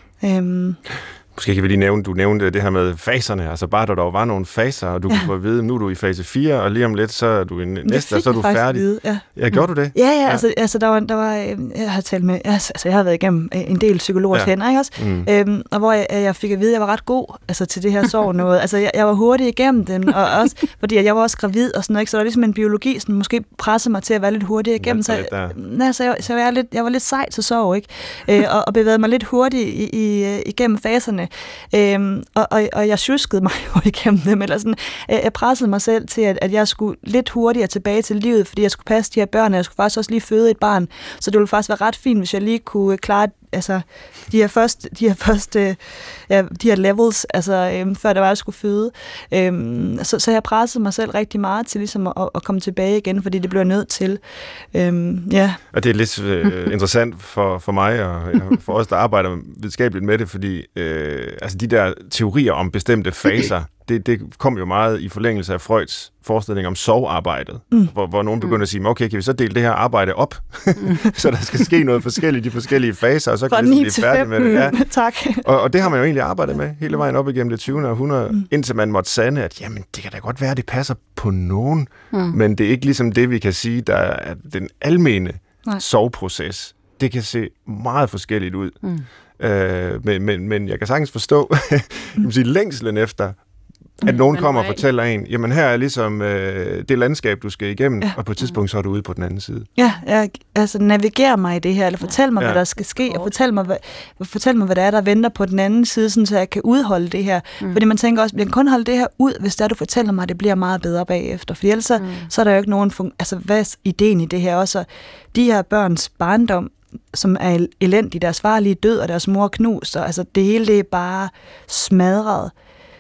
Øhm. Måske kan vi lige nævne, du nævnte det her med faserne, altså bare der dog var nogle faser, og du ja. kunne få at vide, nu er du i fase fire, og lige om lidt, så er du i næste, og så er du færdig. Vide, ja. ja, gjorde du det? Ja, ja, ja. altså, altså der var, der var, jeg har talt med, altså jeg har været igennem en del psykologers ja. hænder, ikke også? Mm. Øhm, og hvor jeg, jeg fik at vide, at jeg var ret god altså, til det her sorg noget. Altså jeg, jeg var hurtig igennem den, og også, fordi jeg var også gravid og sådan noget, ikke? Så der var ligesom en biologi, som måske pressede mig til at være lidt hurtig igennem. Så, ja, så, jeg, så jeg, var lidt, jeg var lidt sej til sorg, ikke? Øh, og, og bevægede mig lidt hurtigt i, i, igennem faserne. Øhm, og, og, og jeg sjuskede mig jo igennem dem, eller sådan. Jeg pressede mig selv til, at, at jeg skulle lidt hurtigere tilbage til livet, fordi jeg skulle passe de her børn, og jeg skulle faktisk også lige føde et barn. Så det ville faktisk være ret fint, hvis jeg lige kunne klare altså, de her første, de her første ja, de her levels, altså, øhm, før det var, jeg skulle føde. Øhm, så, så jeg pressede mig selv rigtig meget til ligesom at, at komme tilbage igen, fordi det blev jeg nødt til. Øhm, ja. Og det er lidt øh, interessant for, for mig, og for os, der arbejder videnskabeligt med det, fordi øh, altså de der teorier om bestemte faser, det, det kom jo meget i forlængelse af Freuds forestilling om sovearbejdet, mm. hvor, hvor nogen begynder at sige, okay, kan vi så dele det her arbejde op, mm. så der skal ske noget forskelligt i de forskellige faser, og så kan vi blive færdige med det. Ja. Tak. Og, og det har man jo egentlig arbejdet med hele vejen op igennem det tyvende århundrede, mm. indtil man måtte sande, at jamen, det kan da godt være, at det passer på nogen, mm. men det er ikke ligesom det, vi kan sige, der er den almene soveproces. Det kan se meget forskelligt ud. Mm. Øh, men, men, men jeg kan sagtens forstå mm. sige, længslen efter, at nogen kommer og fortæller en, jamen her er ligesom øh, det landskab, du skal igennem, ja. og på et tidspunkt så er du ude på den anden side. Ja, jeg, altså naviger mig i det her, eller fortæl mig, ja. hvad der skal ske, og fortæl mig, hvad, fortæl mig, hvad der er, der venter på den anden side, sådan, så jeg kan udholde det her. Mm. Fordi man tænker også, jeg kan kun holde det her ud, hvis der du fortæller mig, at det bliver meget bedre bagefter. Fordi ellers mm. så er der jo ikke nogen, fun- altså hvad er ideen i det her også? De her børns barndom, som er elendig, deres far lige død, og deres mor knust, og altså det hele det er bare smadret.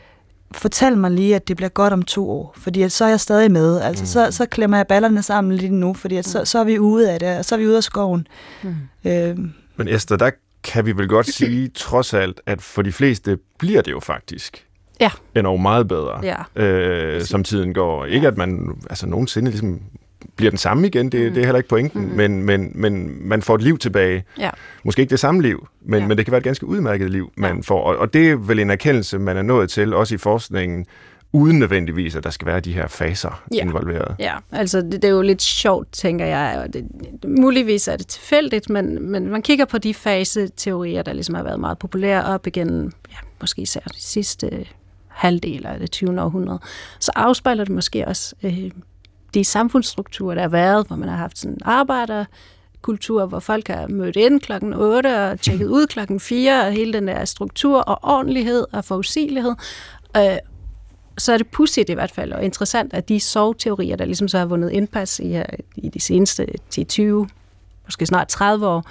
Fortæl mig lige, at det bliver godt om to år, fordi at så er jeg stadig med. Altså, mm. så, så klemmer jeg ballerne sammen lige nu, fordi at så, så er vi ude af det, og så er vi ude af skoven. Mm. Øhm. Men Esther, der kan vi vel godt sige, trods alt, at for de fleste bliver det jo faktisk Ja. endnu meget bedre, Ja. øh, som tiden går. Ikke at man altså, nogensinde ligesom bliver den samme igen, det, mm. det er heller ikke pointen, mm. men, men, men man får et liv tilbage. Ja. Måske ikke det samme liv, men, ja. men det kan være et ganske udmærket liv, man ja. får. Og, og det er vel en erkendelse, man er nået til, også i forskningen, uden nødvendigvis, at der skal være de her faser ja. involveret. Ja, altså det, det er jo lidt sjovt, tænker jeg. Og det, muligvis er det tilfældigt, men, men man kigger på de faseteorier, der ligesom har været meget populære op igennem, ja, måske især de sidste halvdel af det tyvende århundrede, så afspejler det måske også øh, de samfundsstrukturer, der har været, hvor man har haft sådan en arbejderkultur, hvor folk har mødt ind klokken otte og tjekket ud klokken fire, og hele den der struktur og ordentlighed og forudsigelighed. Øh, så er det pudsigt i hvert fald, og interessant, at de soveteorier, der ligesom så har vundet indpas i, her, i de seneste ti tyve, måske snart tredive år,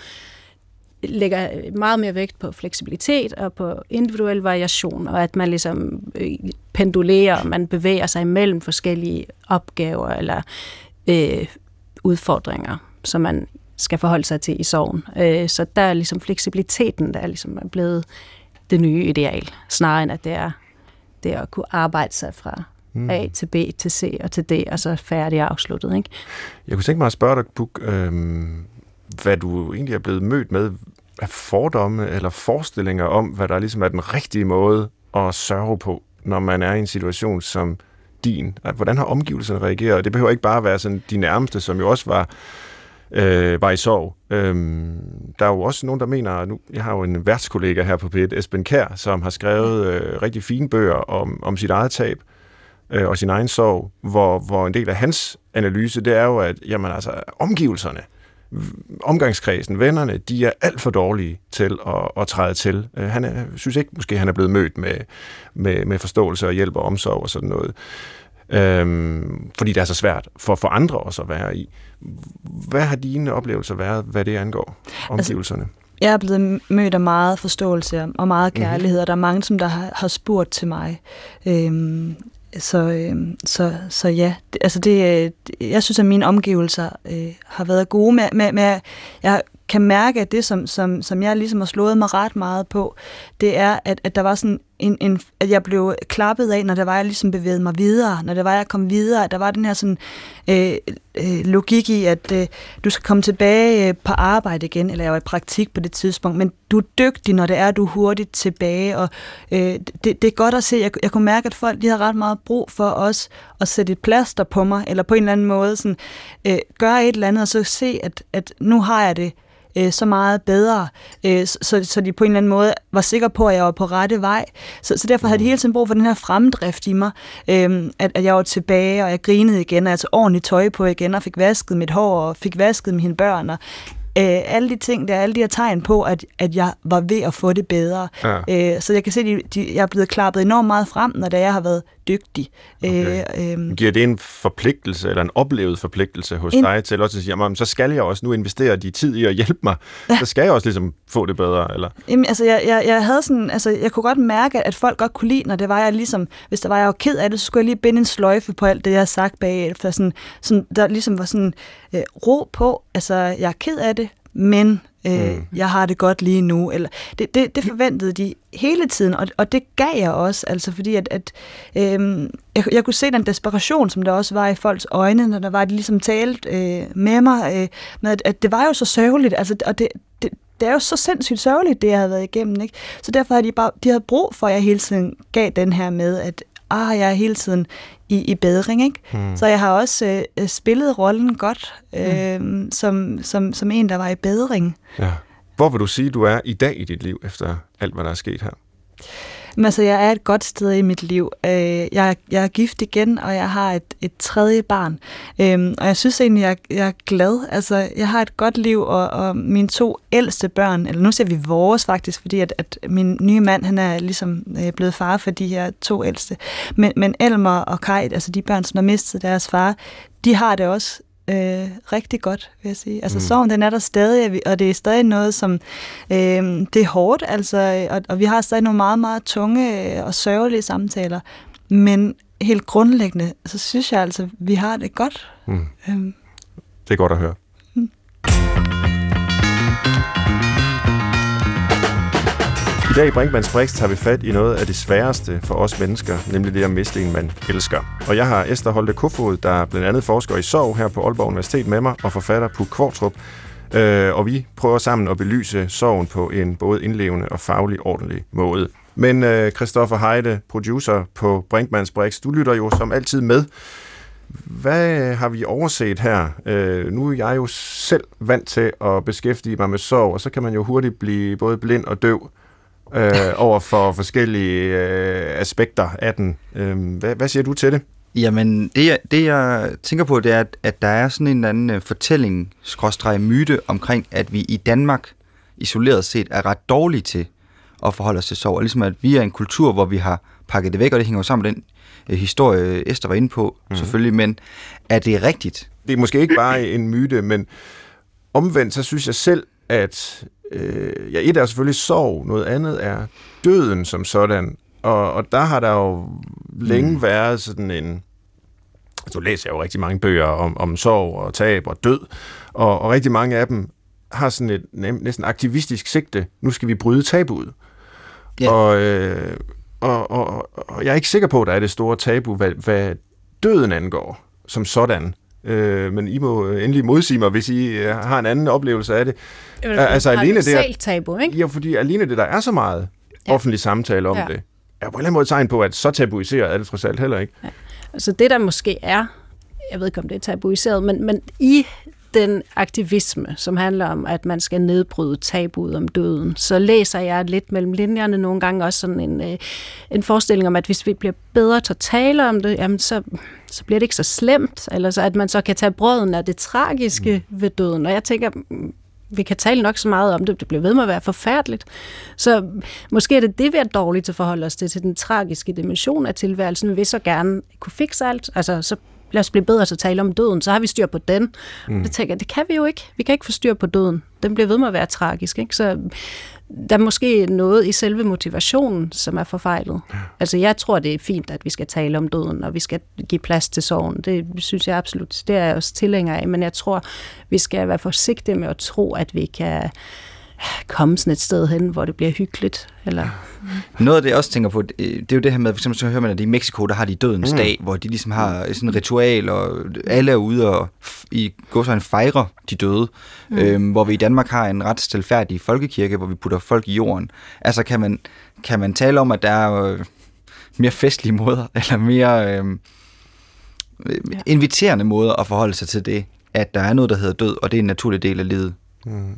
lægger meget mere vægt på fleksibilitet og på individuel variation, og at man ligesom pendulerer, og man bevæger sig imellem forskellige opgaver eller øh, udfordringer, som man skal forholde sig til i sorgen. Øh, så der er ligesom fleksibiliteten, der er ligesom blevet det nye ideal, snarere end at det er det at kunne arbejde sig fra mm. A til B til C og til D, og så færdig og afsluttet. Ikke? Jeg kunne tænke mig at spørge dig, Puk, øh, hvad du egentlig er blevet mødt med af fordomme eller forestillinger om, hvad der ligesom er den rigtige måde at sørge på, når man er i en situation som din. Hvordan har omgivelserne reageret? Det behøver ikke bare være sådan de nærmeste, som jo også var, øh, var i sorg. Øhm, der er jo også nogen, der mener, nu, jeg har jo en værtskollega her på P et, Esben Kjær, som har skrevet øh, rigtig fine bøger om, om sit eget tab øh, og sin egen sorg, hvor, hvor en del af hans analyse, det er jo, at jamen, altså, omgivelserne, omgangskredsen, vennerne, de er alt for dårlige til at, at træde til. Han er, synes ikke, måske han er blevet mødt med, med, med forståelse og hjælp og omsorg og sådan noget. Øhm, fordi det er så svært for, for andre også at være i. Hvad har dine oplevelser været, hvad det angår, omgivelserne? Altså, jeg er blevet mødt af meget forståelse og meget kærlighed, mm-hmm. og der er mange, som der har, har spurgt til mig. Øhm, Så, øh, så, så ja, det, altså det, jeg synes, at mine omgivelser øh, har været gode med, med, med, jeg kan mærke, at det, som, som, som jeg ligesom har slået mig ret meget på, det er, at, at der var sådan en, en, at jeg blev klappet af, når der var, jeg ligesom bevægede mig videre, når der var, jeg kom videre, at der var den her sådan øh, øh, logik i, at øh, du skal komme tilbage øh, på arbejde igen, eller jeg var i praktik på det tidspunkt, men du er dygtig, når det er, du er hurtigt tilbage, og øh, det, det er godt at se, jeg, jeg kunne mærke, at folk, de havde ret meget brug for os at sætte et plaster på mig, eller på en eller anden måde sådan, øh, gøre et eller andet, og så se, at, at nu har jeg det så meget bedre, så, så de på en eller anden måde var sikre på, at jeg var på rette vej. Så, så derfor havde de hele tiden brug for den her fremdrift i mig, at, at jeg var tilbage, og jeg grinede igen, og jeg tog ordentligt tøj på igen, og fik vasket mit hår, og fik vasket mine børn, og Øh, alle de ting, der er alle de her tegn på, at, at jeg var ved at få det bedre. Ja. Øh, så jeg kan se, at de, de, jeg er blevet klappet enormt meget frem, når jeg har været dygtig. Okay. Øh, øh, Giver det en forpligtelse, eller en oplevet forpligtelse hos en, dig til også at sige, jamen, så skal jeg også nu investere de tid i at hjælpe mig. Ja. Så skal jeg også ligesom få det bedre, eller? Jamen, altså, jeg, jeg, jeg havde sådan, altså, jeg kunne godt mærke, at folk godt kunne lide, når det var jeg ligesom, hvis der var jeg jo ked af det, så skulle jeg lige binde en sløjfe på alt det, jeg har sagt bagefter. Sådan, sådan, der ligesom var sådan øh, ro på, altså, jeg er ked af det, men øh, mm. jeg har det godt lige nu. Eller, det, det, det forventede de hele tiden, og, og det gav jeg også, altså fordi at, at øh, jeg, jeg kunne se den desperation, som der også var i folks øjne, når der var, de ligesom talte øh, med mig, øh, med at, at det var jo så sørgeligt, altså, og det, det, det er jo så sindssygt sørgeligt, det jeg havde været igennem, ikke? Så derfor havde de bare, de havde brug for, at jeg hele tiden gav den her med, at ah, jeg er hele tiden i, i bedring, ikke? Hmm. Så jeg har også øh, spillet rollen godt, øh, hmm. som, som, som en, der var i bedring. Ja. Hvor vil du sige, du er i dag i dit liv, efter alt, hvad der er sket her? Men altså, jeg er et godt sted i mit liv. Jeg, jeg er gift igen, og jeg har et, et tredje barn. Og jeg synes egentlig, jeg, jeg er glad. Altså, jeg har et godt liv, og, og mine to ældste børn, eller nu siger vi vores faktisk, fordi at, at min nye mand, han er ligesom blevet far for de her to ældste. Men, men Elmer og Kai, altså de børn, som har mistet deres far, de har det også Øh, rigtig godt, vil jeg sige. Altså mm. sorgen, den er der stadig, og det er stadig noget, som øh, det er hårdt, altså, og, og vi har stadig nogle meget, meget tunge og sørgelige samtaler, men helt grundlæggende, så synes jeg altså, vi har det godt. Mm. Øhm. Det er godt at høre. Mm. I dag i Brinkmanns Brix tager vi fat i noget af det sværeste for os mennesker, nemlig det at miste en, man elsker. Og jeg har Esther Holte Kofod, der blandt andet forsker i sorg her på Aalborg Universitet med mig, og forfatter Puk Kvartrup. Øh, og vi prøver sammen at belyse sorgen på en både indlevende og faglig ordentlig måde. Men øh, Christoffer Heide, producer på Brinkmanns Brix, du lytter jo som altid med. Hvad har vi overset her? Øh, nu er jeg jo selv vant til at beskæftige mig med sorg, og så kan man jo hurtigt blive både blind og døv øh, over for forskellige øh, aspekter af den. Øh, hvad, hvad siger du til det? Jamen, det jeg, det jeg tænker på, det er, at, at der er sådan en eller anden fortælling, skråstreg myte omkring, at vi i Danmark isoleret set er ret dårlige til at forholde os til sorg. Og ligesom at vi er en kultur, hvor vi har pakket det væk, og det hænger jo sammen med den øh, historie, Esther var inde på, mm. selvfølgelig. Men er det rigtigt? Det er måske ikke bare en myte, men omvendt, så synes jeg selv, at øh, ja, et er selvfølgelig sorg, noget andet er døden som sådan. Og, og der har der jo længe mm. været sådan en... Altså, du læser jo rigtig mange bøger om, om sorg og tab og død, og, og rigtig mange af dem har sådan et næsten aktivistisk sigte. Nu skal vi bryde tabuet. Yeah. Og, øh, og, og, og jeg er ikke sikker på, at der er det store tabu, hvad, hvad døden angår som sådan. Øh, men I må endelig modsige mig, hvis I har en anden oplevelse af det. Det er altså, alene det er, tabu, ikke? Ja, fordi alene det, der er så meget ja. offentlig samtale om ja. det, er på en eller anden måde tegn på, at så tabuiseret er det trods alt heller ikke. Ja. Altså det, der måske er, jeg ved ikke, om det er tabuiseret, men, men i den aktivisme, som handler om, at man skal nedbryde tabuet om døden, så læser jeg lidt mellem linjerne nogle gange også sådan en, øh, en forestilling om, at hvis vi bliver bedre til at tale om det, jamen så, så bliver det ikke så slemt, eller så at man så kan tage brøden af det tragiske mm. ved døden. Og jeg tænker, vi kan tale nok så meget om det, det bliver ved med at være forfærdeligt. Så måske er det det, vi er dårligt til at forholde os til, til den tragiske dimension af tilværelsen. Vi vil så gerne kunne fikse alt, altså så lad os blive bedre til at tale om døden, så har vi styr på den. Mm. Det tænker jeg, det kan vi jo ikke. Vi kan ikke få styr på døden. Den bliver ved med at være tragisk, ikke? Så der er måske noget i selve motivationen, som er forfejlet. Ja. Altså jeg tror, det er fint, at vi skal tale om døden, og vi skal give plads til sorgen. Det synes jeg absolut, det er jeg også tilhænger af, men jeg tror, vi skal være forsigtige med at tro, at vi kan komme sådan et sted hen, hvor det bliver hyggeligt. Eller... Noget af det, jeg også tænker på, det er jo det her med, for eksempel så hører man, at i Mexico, der har de dødens mm. dag, hvor de ligesom har sådan et ritual, og alle er ude og i går så en fejre de døde, mm. øhm, hvor vi i Danmark har en ret stilfærdig folkekirke, hvor vi putter folk i jorden. Altså kan man, kan man tale om, at der er øh, mere festlige måder, eller mere øh, ja. inviterende måder at forholde sig til det, at der er noget, der hedder død, og det er en naturlig del af livet. Mm.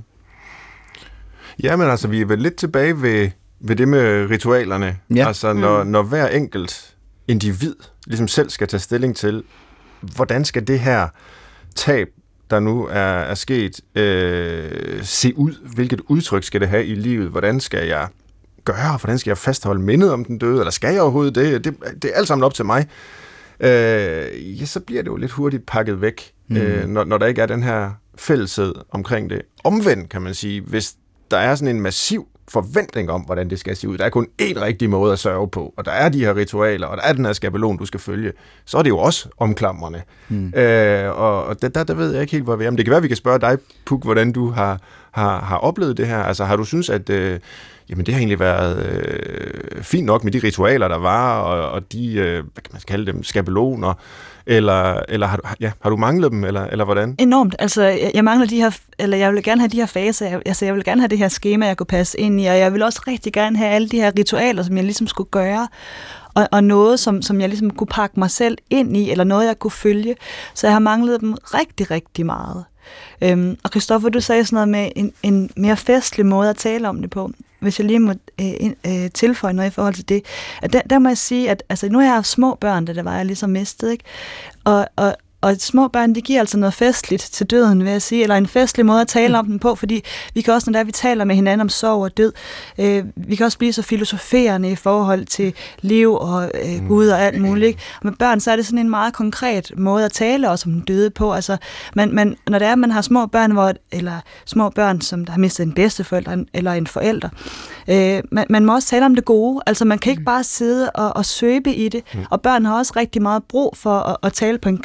Jamen altså, vi er vel lidt tilbage ved, ved det med ritualerne. Ja. Altså, når, mm. når hver enkelt individ ligesom selv skal tage stilling til, hvordan skal det her tab, der nu er, er sket, øh, se ud? Hvilket udtryk skal det have i livet? Hvordan skal jeg gøre? Hvordan skal jeg fastholde mindet om den døde? Eller skal jeg overhovedet det? Det, det er alt sammen op til mig. Øh, ja, så bliver det jo lidt hurtigt pakket væk, mm. øh, når, når der ikke er den her fælleshed omkring det. Omvendt, kan man sige, hvis der er sådan en massiv forventning om, hvordan det skal se ud. Der er kun én rigtig måde at sørge på, og der er de her ritualer, og der er den her skabelon, du skal følge. Så er det jo også omklamrende. Mm. Øh, og og der, der ved jeg ikke helt, hvor vi er. Men det kan være, at vi kan spørge dig, Puk, hvordan du har, har, har oplevet det her. Altså har du synes, at øh, jamen, det har egentlig været øh, fint nok med de ritualer, der var, og, og de, øh, hvad kan man kalde dem, skabeloner, eller, eller har, du, ja, har du manglet dem, eller, eller hvordan? Enormt. Altså, jeg, jeg mangler de her, eller jeg vil gerne have de her faser, jeg, altså, jeg vil gerne have det her schema, jeg kunne passe ind i, og jeg vil også rigtig gerne have alle de her ritualer, som jeg ligesom skulle gøre, og, og noget, som, som jeg ligesom kunne pakke mig selv ind i, eller noget, jeg kunne følge. Så jeg har manglet dem rigtig, rigtig meget. Øhm, og Christoffer, du sagde sådan noget med en, en mere festlig måde at tale om det på. Hvis jeg lige må øh, øh, tilføje noget i forhold til det. At der, der må jeg sige, at altså, nu har jeg haft små børn, da det var jeg ligesom mistet, ikke? Og, og, og små børn, det giver altså noget festligt til døden, vil jeg sige, eller en festlig måde at tale om den på, fordi vi kan også, når der vi taler med hinanden om sorg og død, øh, vi kan også blive så filosoferende i forhold til liv og øh, Gud og alt muligt, ikke? Og med børn, så er det sådan en meget konkret måde at tale også om den døde på. Altså, man, man, når det er, man har små børn, hvor, eller små børn, som der har mistet en bedsteforælder eller en forælder, øh, man, man må også tale om det gode. Altså, man kan ikke bare sidde og, og søbe i det, og børn har også rigtig meget brug for at, at tale på en glad måde,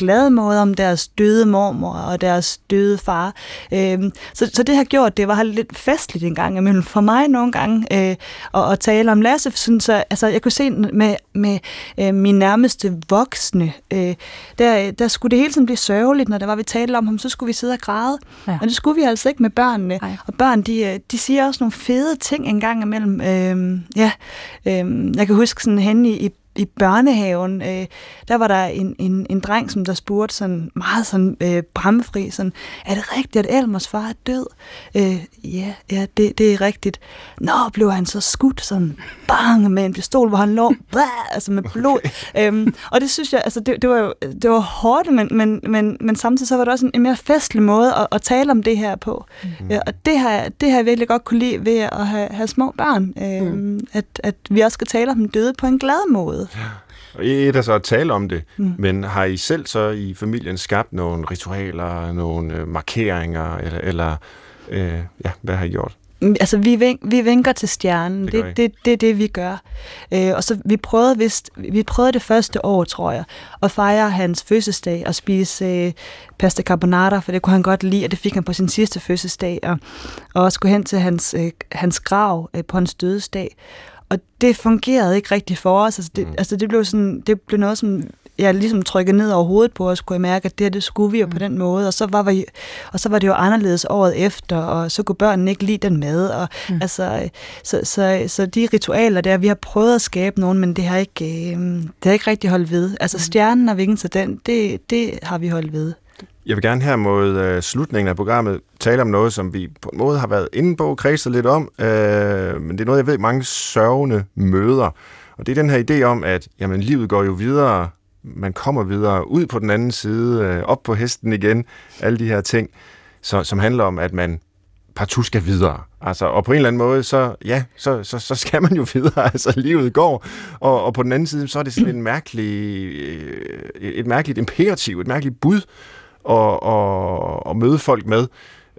noget om deres døde mormor og deres døde far. Øhm, så, så det har gjort, det var lidt festligt en gang imellem for mig nogle gange, øh, at, at tale om Lasse. Så, altså, jeg kunne se med, med øh, mine nærmeste voksne, øh, der, der skulle det hele tiden blive sørgeligt, når der var, vi talte om ham, så skulle vi sidde og græde. Ja. Og det skulle vi altså ikke med børnene. Ej. Og børn, de, de siger også nogle fede ting en gang imellem. Øh, ja, øh, jeg kan huske sådan henne i, i I børnehaven, øh, der var der en, en, en dreng, som der spurgte sådan meget sådan øh, bramfri, sådan, er det rigtigt, at Elmers far er død? Øh, ja, ja det, det er rigtigt. Nå, blev han så skudt sådan, bang, med en pistol, hvor han lå, blah, altså med blod. Okay. Øhm, og det synes jeg, altså det, det var jo det var hårdt, men, men, men, men samtidig så var det også en, en mere festlig måde at, at tale om det her på. Mm. Ja, og det har, det har jeg virkelig godt kunne lide ved at have, have små børn, øh, mm. at, at vi også skal tale om den døde på en glad måde. Ja. Og et er så at tale om det, mm. men har I selv så i familien skabt nogle ritualer, nogle øh, markeringer, eller, eller øh, ja, hvad har I gjort? Altså, vi, vink, vi vinker til stjernen. Det, det, det, det er det, vi gør. Øh, og så vi prøvede, vist, vi prøvede det første år, tror jeg, at fejre hans fødselsdag og spise øh, pasta carbonara, for det kunne han godt lide, og det fik han på sin sidste fødselsdag, og, og også gå hen til hans, øh, hans grav øh, på hans dødsdag. Og det fungerede ikke rigtig for os. Altså det, mm. altså det blev sådan, det blev noget, som jeg ligesom trykkede ned over hovedet på, og skulle jeg mærke, at det her, det skulle vi jo mm. på den måde. Og så var vi, og så var det jo anderledes året efter, og så kunne børnene ikke lide den mad. Og mm. altså, så, så, så de ritualer der, vi har prøvet at skabe nogen, men det har ikke, øh, det har ikke rigtig holdt ved. Altså stjernen og vingen til den, det, det har vi holdt ved. Jeg vil gerne her mod øh, slutningen af programmet tale om noget, som vi på en måde har været inde på, kredset lidt om, øh, men det er noget, jeg ved, mange sørgende møder. Og det er den her idé om, at jamen, livet går jo videre, man kommer videre, ud på den anden side, øh, op på hesten igen, alle de her ting, så, som handler om, at man partout skal videre. Altså, og på en eller anden måde, så, ja, så, så, så skal man jo videre, altså livet går, og, og på den anden side, så er det sådan en mærkelig, øh, et mærkeligt imperativ, et mærkeligt bud, Og, og, og møde folk med.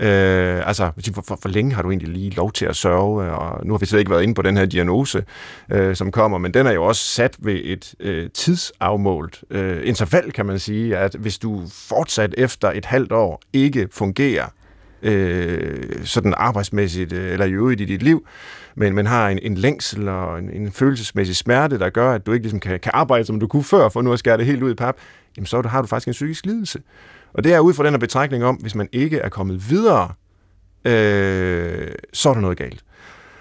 Øh, altså, for, for, for længe har du egentlig lige lov til at sørge, og nu har vi slet ikke været inde på den her diagnose, øh, som kommer, men den er jo også sat ved et øh, tidsafmålt øh, interval, kan man sige, at hvis du fortsat efter et halvt år ikke fungerer øh, sådan arbejdsmæssigt øh, eller i øvrigt i dit liv, men man har en, en længsel og en, en følelsesmæssig smerte, der gør, at du ikke ligesom kan, kan arbejde, som du kunne før, for nu at skære det helt ud i pap, jamen så har du faktisk en psykisk lidelse. Og det er ud fra den her betragtning om, hvis man ikke er kommet videre, øh, så er der noget galt.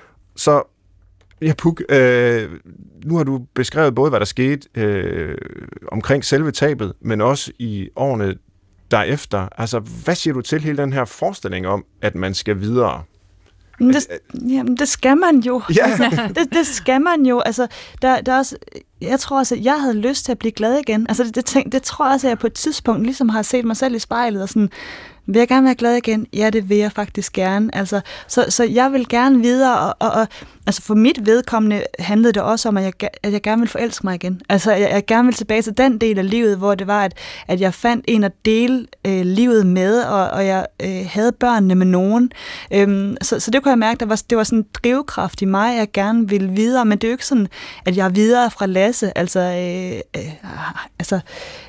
Så, ja, Puk, øh, nu har du beskrevet både, hvad der skete øh, omkring selve tabet, men også i årene derefter. Altså, hvad siger du til hele den her forestilling om, at man skal videre? Men det, jamen, det skal man jo. Ja. Altså, det, det skal man jo. Altså, der, der er også, jeg tror også, at jeg havde lyst til at blive glad igen. Altså, det, det, tænk, det tror jeg også, at jeg på et tidspunkt ligesom har set mig selv i spejlet og sådan, vil jeg gerne være glad igen? Ja, det vil jeg faktisk gerne. Altså, så, så jeg vil gerne videre, og, og, og altså for mit vedkommende handlede det også om, at jeg, at jeg gerne vil forelske mig igen. Altså, jeg, jeg gerne vil tilbage til den del af livet, hvor det var, at, at jeg fandt en at dele øh, livet med, og, og jeg øh, havde børnene med nogen. Øhm, så, så det kunne jeg mærke, at var, det var sådan en drivkraft i mig, at jeg gerne ville videre, men det er jo ikke sådan, at jeg er videre fra Lasse. Altså, øh, øh, altså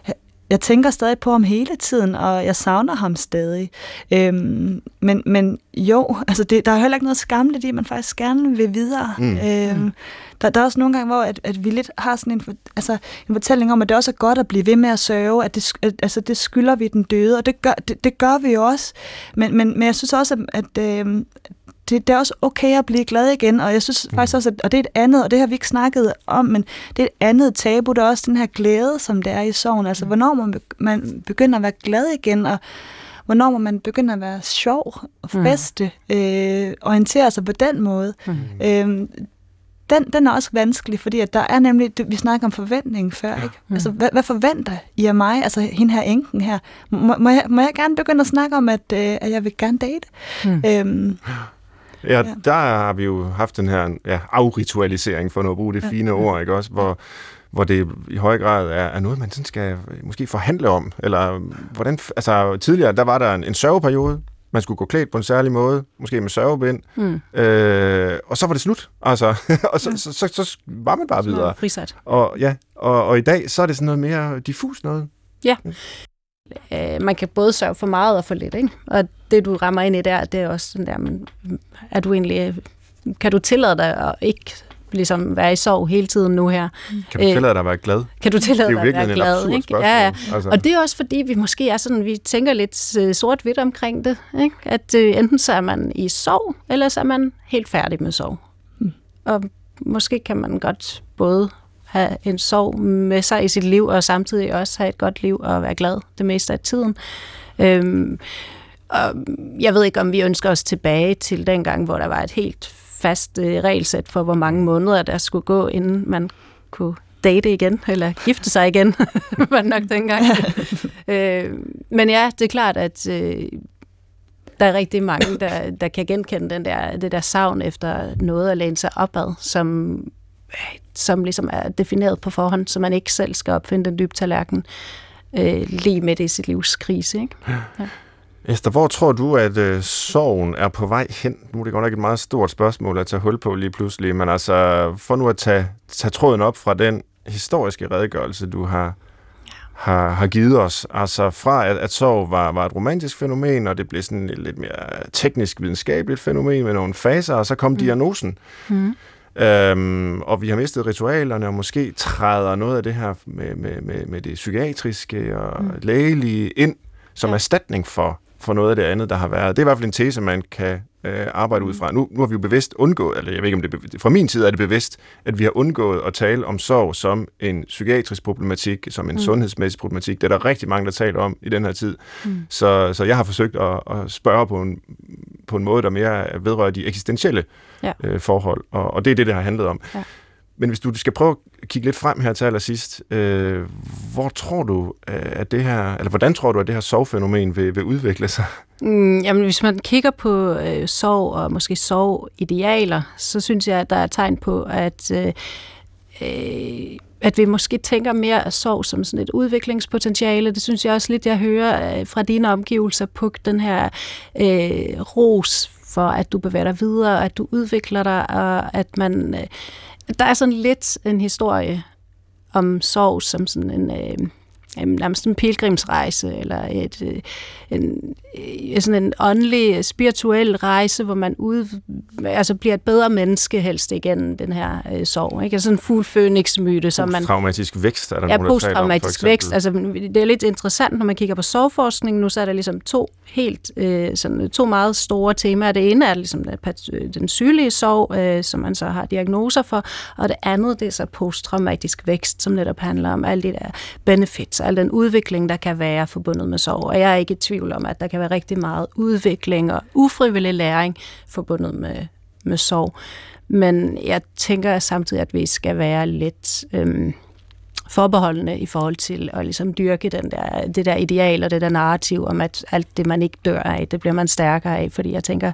jeg tænker stadig på ham hele tiden, og jeg savner ham stadig. Øhm, men, men jo, altså det, der er heller ikke noget skamligt i, at man faktisk gerne vil videre. Mm. Øhm, der, der er også nogle gange, hvor at, at vi lidt har sådan en, altså, en fortælling om, at det også er godt at blive ved med at sørge, at det, at, altså, det skylder vi den døde, og det gør, det, det gør vi jo også. Men, men, men jeg synes også, at, at øhm, Det, det er også okay at blive glad igen, og jeg synes faktisk også, at, og det er et andet, og det har vi ikke snakket om, men det er et andet tabu, der er også den her glæde, som det er i sorgen. Altså, hvornår man, man begynder at være glad igen, og hvornår man begynder at være sjov og feste, mm. øh, orientere sig på den måde. Mm. Øh, den, den er også vanskelig, fordi at der er nemlig, vi snakker om forventning før, ikke? Mm. Altså, hvad, hvad forventer I af mig? Altså, hende her enken her. Må, må, jeg, må jeg gerne begynde at snakke om, at, øh, at jeg vil gerne date? Mm. Øhm, Ja, der har vi jo haft den her ja, afritualisering, for at bruge det fine ord, ikke også, hvor, hvor det i høj grad er, er noget, man sådan skal måske forhandle om, eller hvordan, altså tidligere, der var der en, en sørgeperiode, man skulle gå klædt på en særlig måde, måske med sørgebind, mm. øh, og så var det slut, altså, og så, så, så, så var man bare videre. Frisat. Og, ja, og, og i dag, så er det sådan noget mere diffus noget. Ja. øh, man kan både sørge for meget og for lidt, ikke? Og det, du rammer ind i der, det er også sådan der, men, er du egentlig, kan du tillade dig at ikke ligesom være i sorg hele tiden nu her? Kan du tillade dig at være glad? Kan du tillade dig at være glad? Ikke? Ja, ja. Altså. Og det er også fordi, vi måske er sådan, vi tænker lidt uh, sort-hvidt omkring det, ikke? At uh, enten så er man i sorg, eller så er man helt færdig med sorg. Mm. Og måske kan man godt både have en sorg med sig i sit liv, og samtidig også have et godt liv og være glad det meste af tiden. Øhm, og jeg ved ikke, om vi ønsker os tilbage til den gang, hvor der var et helt fast øh, regelsæt for, hvor mange måneder der skulle gå, inden man kunne date igen, eller gifte sig igen, var det nok dengang. øh, men ja, det er klart, at øh, der er rigtig mange, der, der kan genkende den der, det der savn efter noget at læne sig opad, som, som ligesom er defineret på forhånd, så man ikke selv skal opfinde den dybe tallerken øh, lige midt i sit livs krise. Ikke? Ja. Esther, hvor tror du, at øh, sorgen er på vej hen? Nu er det godt nok et meget stort spørgsmål at tage hul på lige pludselig, men altså, for nu at tage, tage tråden op fra den historiske redegørelse, du har, har, har givet os, altså fra at, at sorg var, var et romantisk fænomen, og det blev sådan et lidt mere teknisk videnskabeligt fænomen med nogle faser, og så kom mm. diagnosen. Mm. Øhm, og vi har mistet ritualerne, og måske træder noget af det her med, med, med, med det psykiatriske og mm. lægelige ind som ja. erstatning for for noget af det andet, der har været. Det er i hvert fald en tese, man kan øh, arbejde ud fra. Nu, nu har vi jo bevidst undgået, eller jeg ved ikke, om det er, fra min side er det bevidst, at vi har undgået at tale om sorg som en psykiatrisk problematik, som en mm. sundhedsmæssig problematik. Det er der rigtig mange, der taler om i den her tid. Mm. Så, så jeg har forsøgt at, at spørge på en, på en måde, der mere vedrører de eksistentielle ja. øh, forhold, og, og det er det, det har handlet om. Ja. Men hvis du skal prøve at kigge lidt frem her til allersidst, øh, hvor tror du, at det her, eller hvordan tror du, at det her sorgfænomen vil, vil udvikle sig? Mm, jamen, hvis man kigger på øh, sorg og måske sorgidealer, så synes jeg, at der er tegn på, at, øh, at vi måske tænker mere af sorg som sådan et udviklingspotentiale. Det synes jeg også lidt, jeg hører øh, fra dine omgivelser på den her øh, ros for, at du bevæger dig videre, at du udvikler dig, og at man... Øh, Der er sådan lidt en historie om sorg som sådan en, øh, nærmest en pilgrimsrejse, eller et, øh, en, øh, sådan en åndelig, spirituel rejse, hvor man ud, altså bliver et bedre menneske helst igen, den her øh, sorg. Ikke? Altså sådan en fugl fønix-myte. Posttraumatisk vækst, er der ja, nogen, der posttraumatisk vækst. Altså, det er lidt interessant, når man kigger på sorgforskning. Nu så er der ligesom to helt, øh, sådan, to meget store temaer. Det ene er ligesom den sygelige sorg, øh, som man så har diagnoser for, og det andet, det er så posttraumatisk vækst, som netop handler om alle de der benefits, al den udvikling, der kan være forbundet med sorg. Og jeg er ikke i tvivl om, at der kan være rigtig meget udvikling og ufrivillig læring forbundet med, med sorg. Men jeg tænker samtidig, at vi skal være lidt øhm, forbeholdende i forhold til at ligesom dyrke den der, det der ideal og det der narrativ om, at alt det, man ikke dør af, det bliver man stærkere af. Fordi jeg tænker,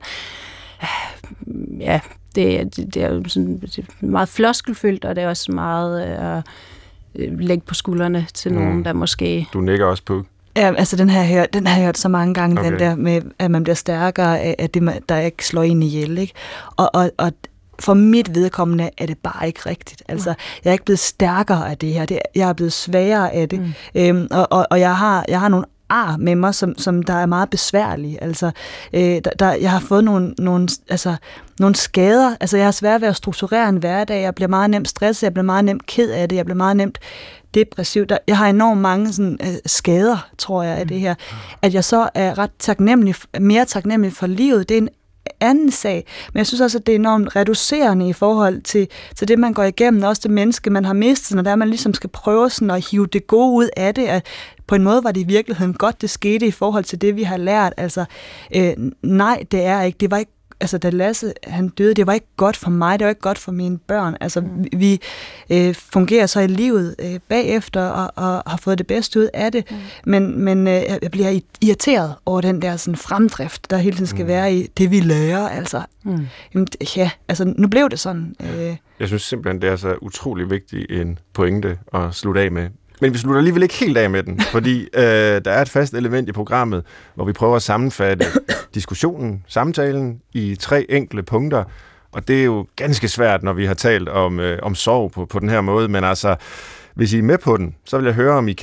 ja, det, det, det er jo sådan, det er meget floskelfyldt, og det er også meget... Øh, lægge på skuldrene til mm. nogen, der måske... Du nikker også på. Ja, altså den har jeg hørt, den har jeg hørt så mange gange, okay. Den der med, at man bliver stærkere af, at det, der ikke slår en ihjel, ikke? Og, og, og for mit vedkommende er det bare ikke rigtigt. Altså, mm. jeg er ikke blevet stærkere af det her. Det, jeg er blevet svagere af det. Mm. Øhm, og og, og jeg, har, jeg har nogle ar med mig, som, som der er meget besværlige. Altså, øh, der, der, jeg har fået nogle, nogle, altså, nogle skader. Altså, jeg har svært ved at strukturere en hverdag. Jeg bliver meget nemt stresset. Jeg bliver meget nemt ked af det. Jeg bliver meget nemt depressiv. Der, jeg har enormt mange sådan, øh, skader, tror jeg, af det her. At jeg så er ret taknemmelig, mere taknemmelig for livet, det er en anden sag. Men jeg synes også, at det er enormt reducerende i forhold til, til det, man går igennem, også det menneske, man har mistet, når der man ligesom skal prøve sådan at hive det gode ud af det, at på en måde var det i virkeligheden godt, det skete i forhold til det, vi har lært. Altså, øh, nej, det er ikke. Det var ikke altså, da Lasse han døde, det var ikke godt for mig, det var ikke godt for mine børn. Altså, mm. vi øh, fungerer så i livet øh, bagefter og, og har fået det bedste ud af det, mm. men, men øh, jeg bliver irriteret over den der sådan, fremdrift, der hele tiden skal mm. være i det, vi lærer. Altså, mm. jamen, ja, altså, nu blev det sådan. Øh. Jeg synes simpelthen, det er så utrolig vigtigt en pointe at slutte af med. Men vi slutter alligevel ikke helt af med den, fordi øh, der er et fast element i programmet, hvor vi prøver at sammenfatte diskussionen, samtalen i tre enkle punkter, og det er jo ganske svært, når vi har talt om, øh, om sorg på, på den her måde, men altså, hvis I er med på den, så vil jeg høre, om I kan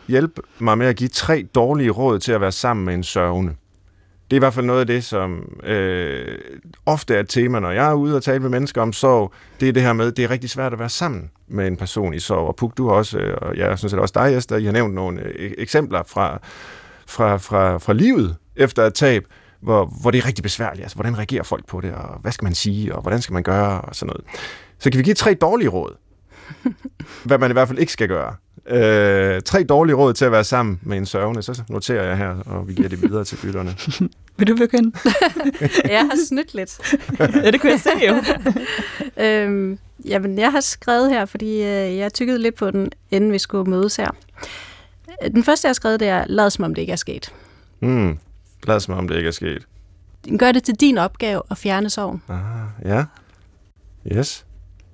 hjælpe mig med at give tre dårlige råd til at være sammen med en sørgende. Det er i hvert fald noget af det, som øh, ofte er et tema, når jeg er ude og tale med mennesker om sorg. Det er det her med, det er rigtig svært at være sammen med en person i sorg. Og Puk, du har også, og jeg synes også dig, Esther, I har nævnt nogle øh, eksempler fra, fra, fra, fra livet efter et tab, hvor, hvor det er rigtig besværligt. Altså, hvordan reagerer folk på det, og hvad skal man sige, og hvordan skal man gøre, og sådan noget. Så kan vi give tre dårlige råd, hvad man i hvert fald ikke skal gøre. Øh, tre dårlige råd til at være sammen med en sørgende, så noterer jeg her, og vi giver det videre til lytterne. Vil du begynde? Jeg har snydt lidt. Ja, det kunne jeg se jo. øhm, jamen, jeg har skrevet her, fordi øh, jeg tykkede lidt på den, inden vi skulle mødes her. Den første, jeg har skrevet, det er, lad som om det ikke er sket. Mm, lad som om det ikke er sket. Gør det til din opgave at fjerne sorgen. Ah, ja. Yes.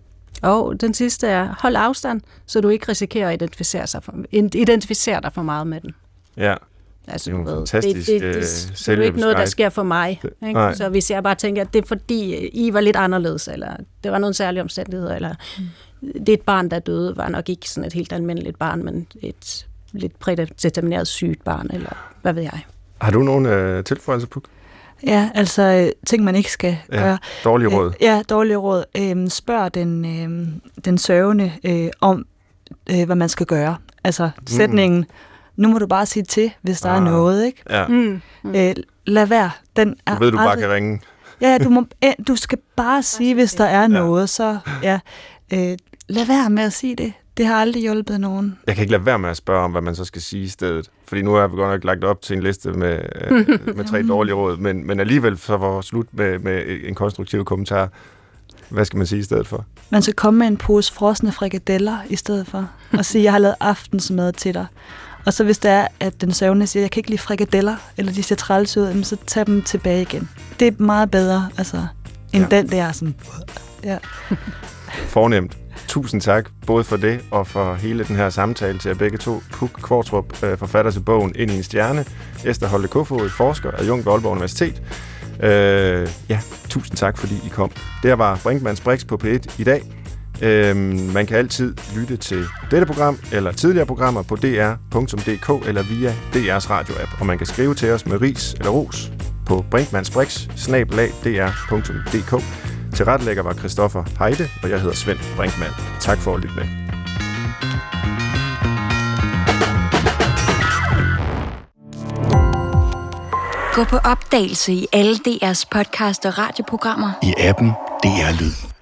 Og den sidste er, hold afstand, så du ikke risikerer at identificere, sig for, identificere dig for meget med den. Ja. Altså, det er jo ved, fantastisk det, det, det, det er jo ikke noget, der sker for mig. Ikke? Så hvis jeg bare tænker, at det er fordi, I var lidt anderledes, eller det var nogle særlige omstændigheder, eller mm. det er et barn, der døde, var nok ikke sådan et helt almindeligt barn, men et lidt prædetermineret sygt barn, eller hvad ved jeg. Har du nogle øh, tilføjelser, Puk? Ja, altså ting, man ikke skal ja, gøre. Dårlige råd. Øh, ja, dårlige råd. Øh, spørg den, øh, den sørgende øh, om, øh, hvad man skal gøre. Altså sætningen, mm. nu må du bare sige til, hvis der ah. er noget, ikke? Ja. Mm. Mm. Øh, lad være. Den er du ved, du aldrig... bare kan ringe. Ja, du, må, øh, du skal bare sige, hvis der er noget, ja. så ja, øh, lad være med at sige det. Det har aldrig hjulpet nogen. Jeg kan ikke lade være med at spørge om, hvad man så skal sige i stedet. Fordi nu har vi godt nok lagt op til en liste med, med tre dårlige råd, men, men alligevel så var slut med, med en konstruktiv kommentar. Hvad skal man sige i stedet for? Man skal komme med en pose frosne frikadeller i stedet for, og sige, jeg har lavet aftensmad til dig. Og så hvis det er, at den sørgende siger, jeg kan ikke lide frikadeller, eller de ser træls ud, så tag dem tilbage igen. Det er meget bedre, altså, end ja. den der sådan... Ja. Fornemt. Tusind tak, både for det og for hele den her samtale til jer begge to. Puk Kvartrup, forfatter til bogen Ind i en stjerne. Esther Holte Kofod, forsker af Jung ved Aalborg Universitet. Øh, ja, tusind tak, fordi I kom. Det var Brinkmanns Brix på P et i dag. Øh, man kan altid lytte til dette program eller tidligere programmer på d r punktum d k eller via D R's radio-app. Og man kan skrive til os med ris eller ros på brinkmannsbrix snabel-a d r punktum d k. Tilrettelægger var Christoffer Heide, og jeg hedder Svend Brinkmann. Tak for at lytte med. Gå på opdagelse i alle D R's podcast og radioprogrammer. I appen D R Lyd.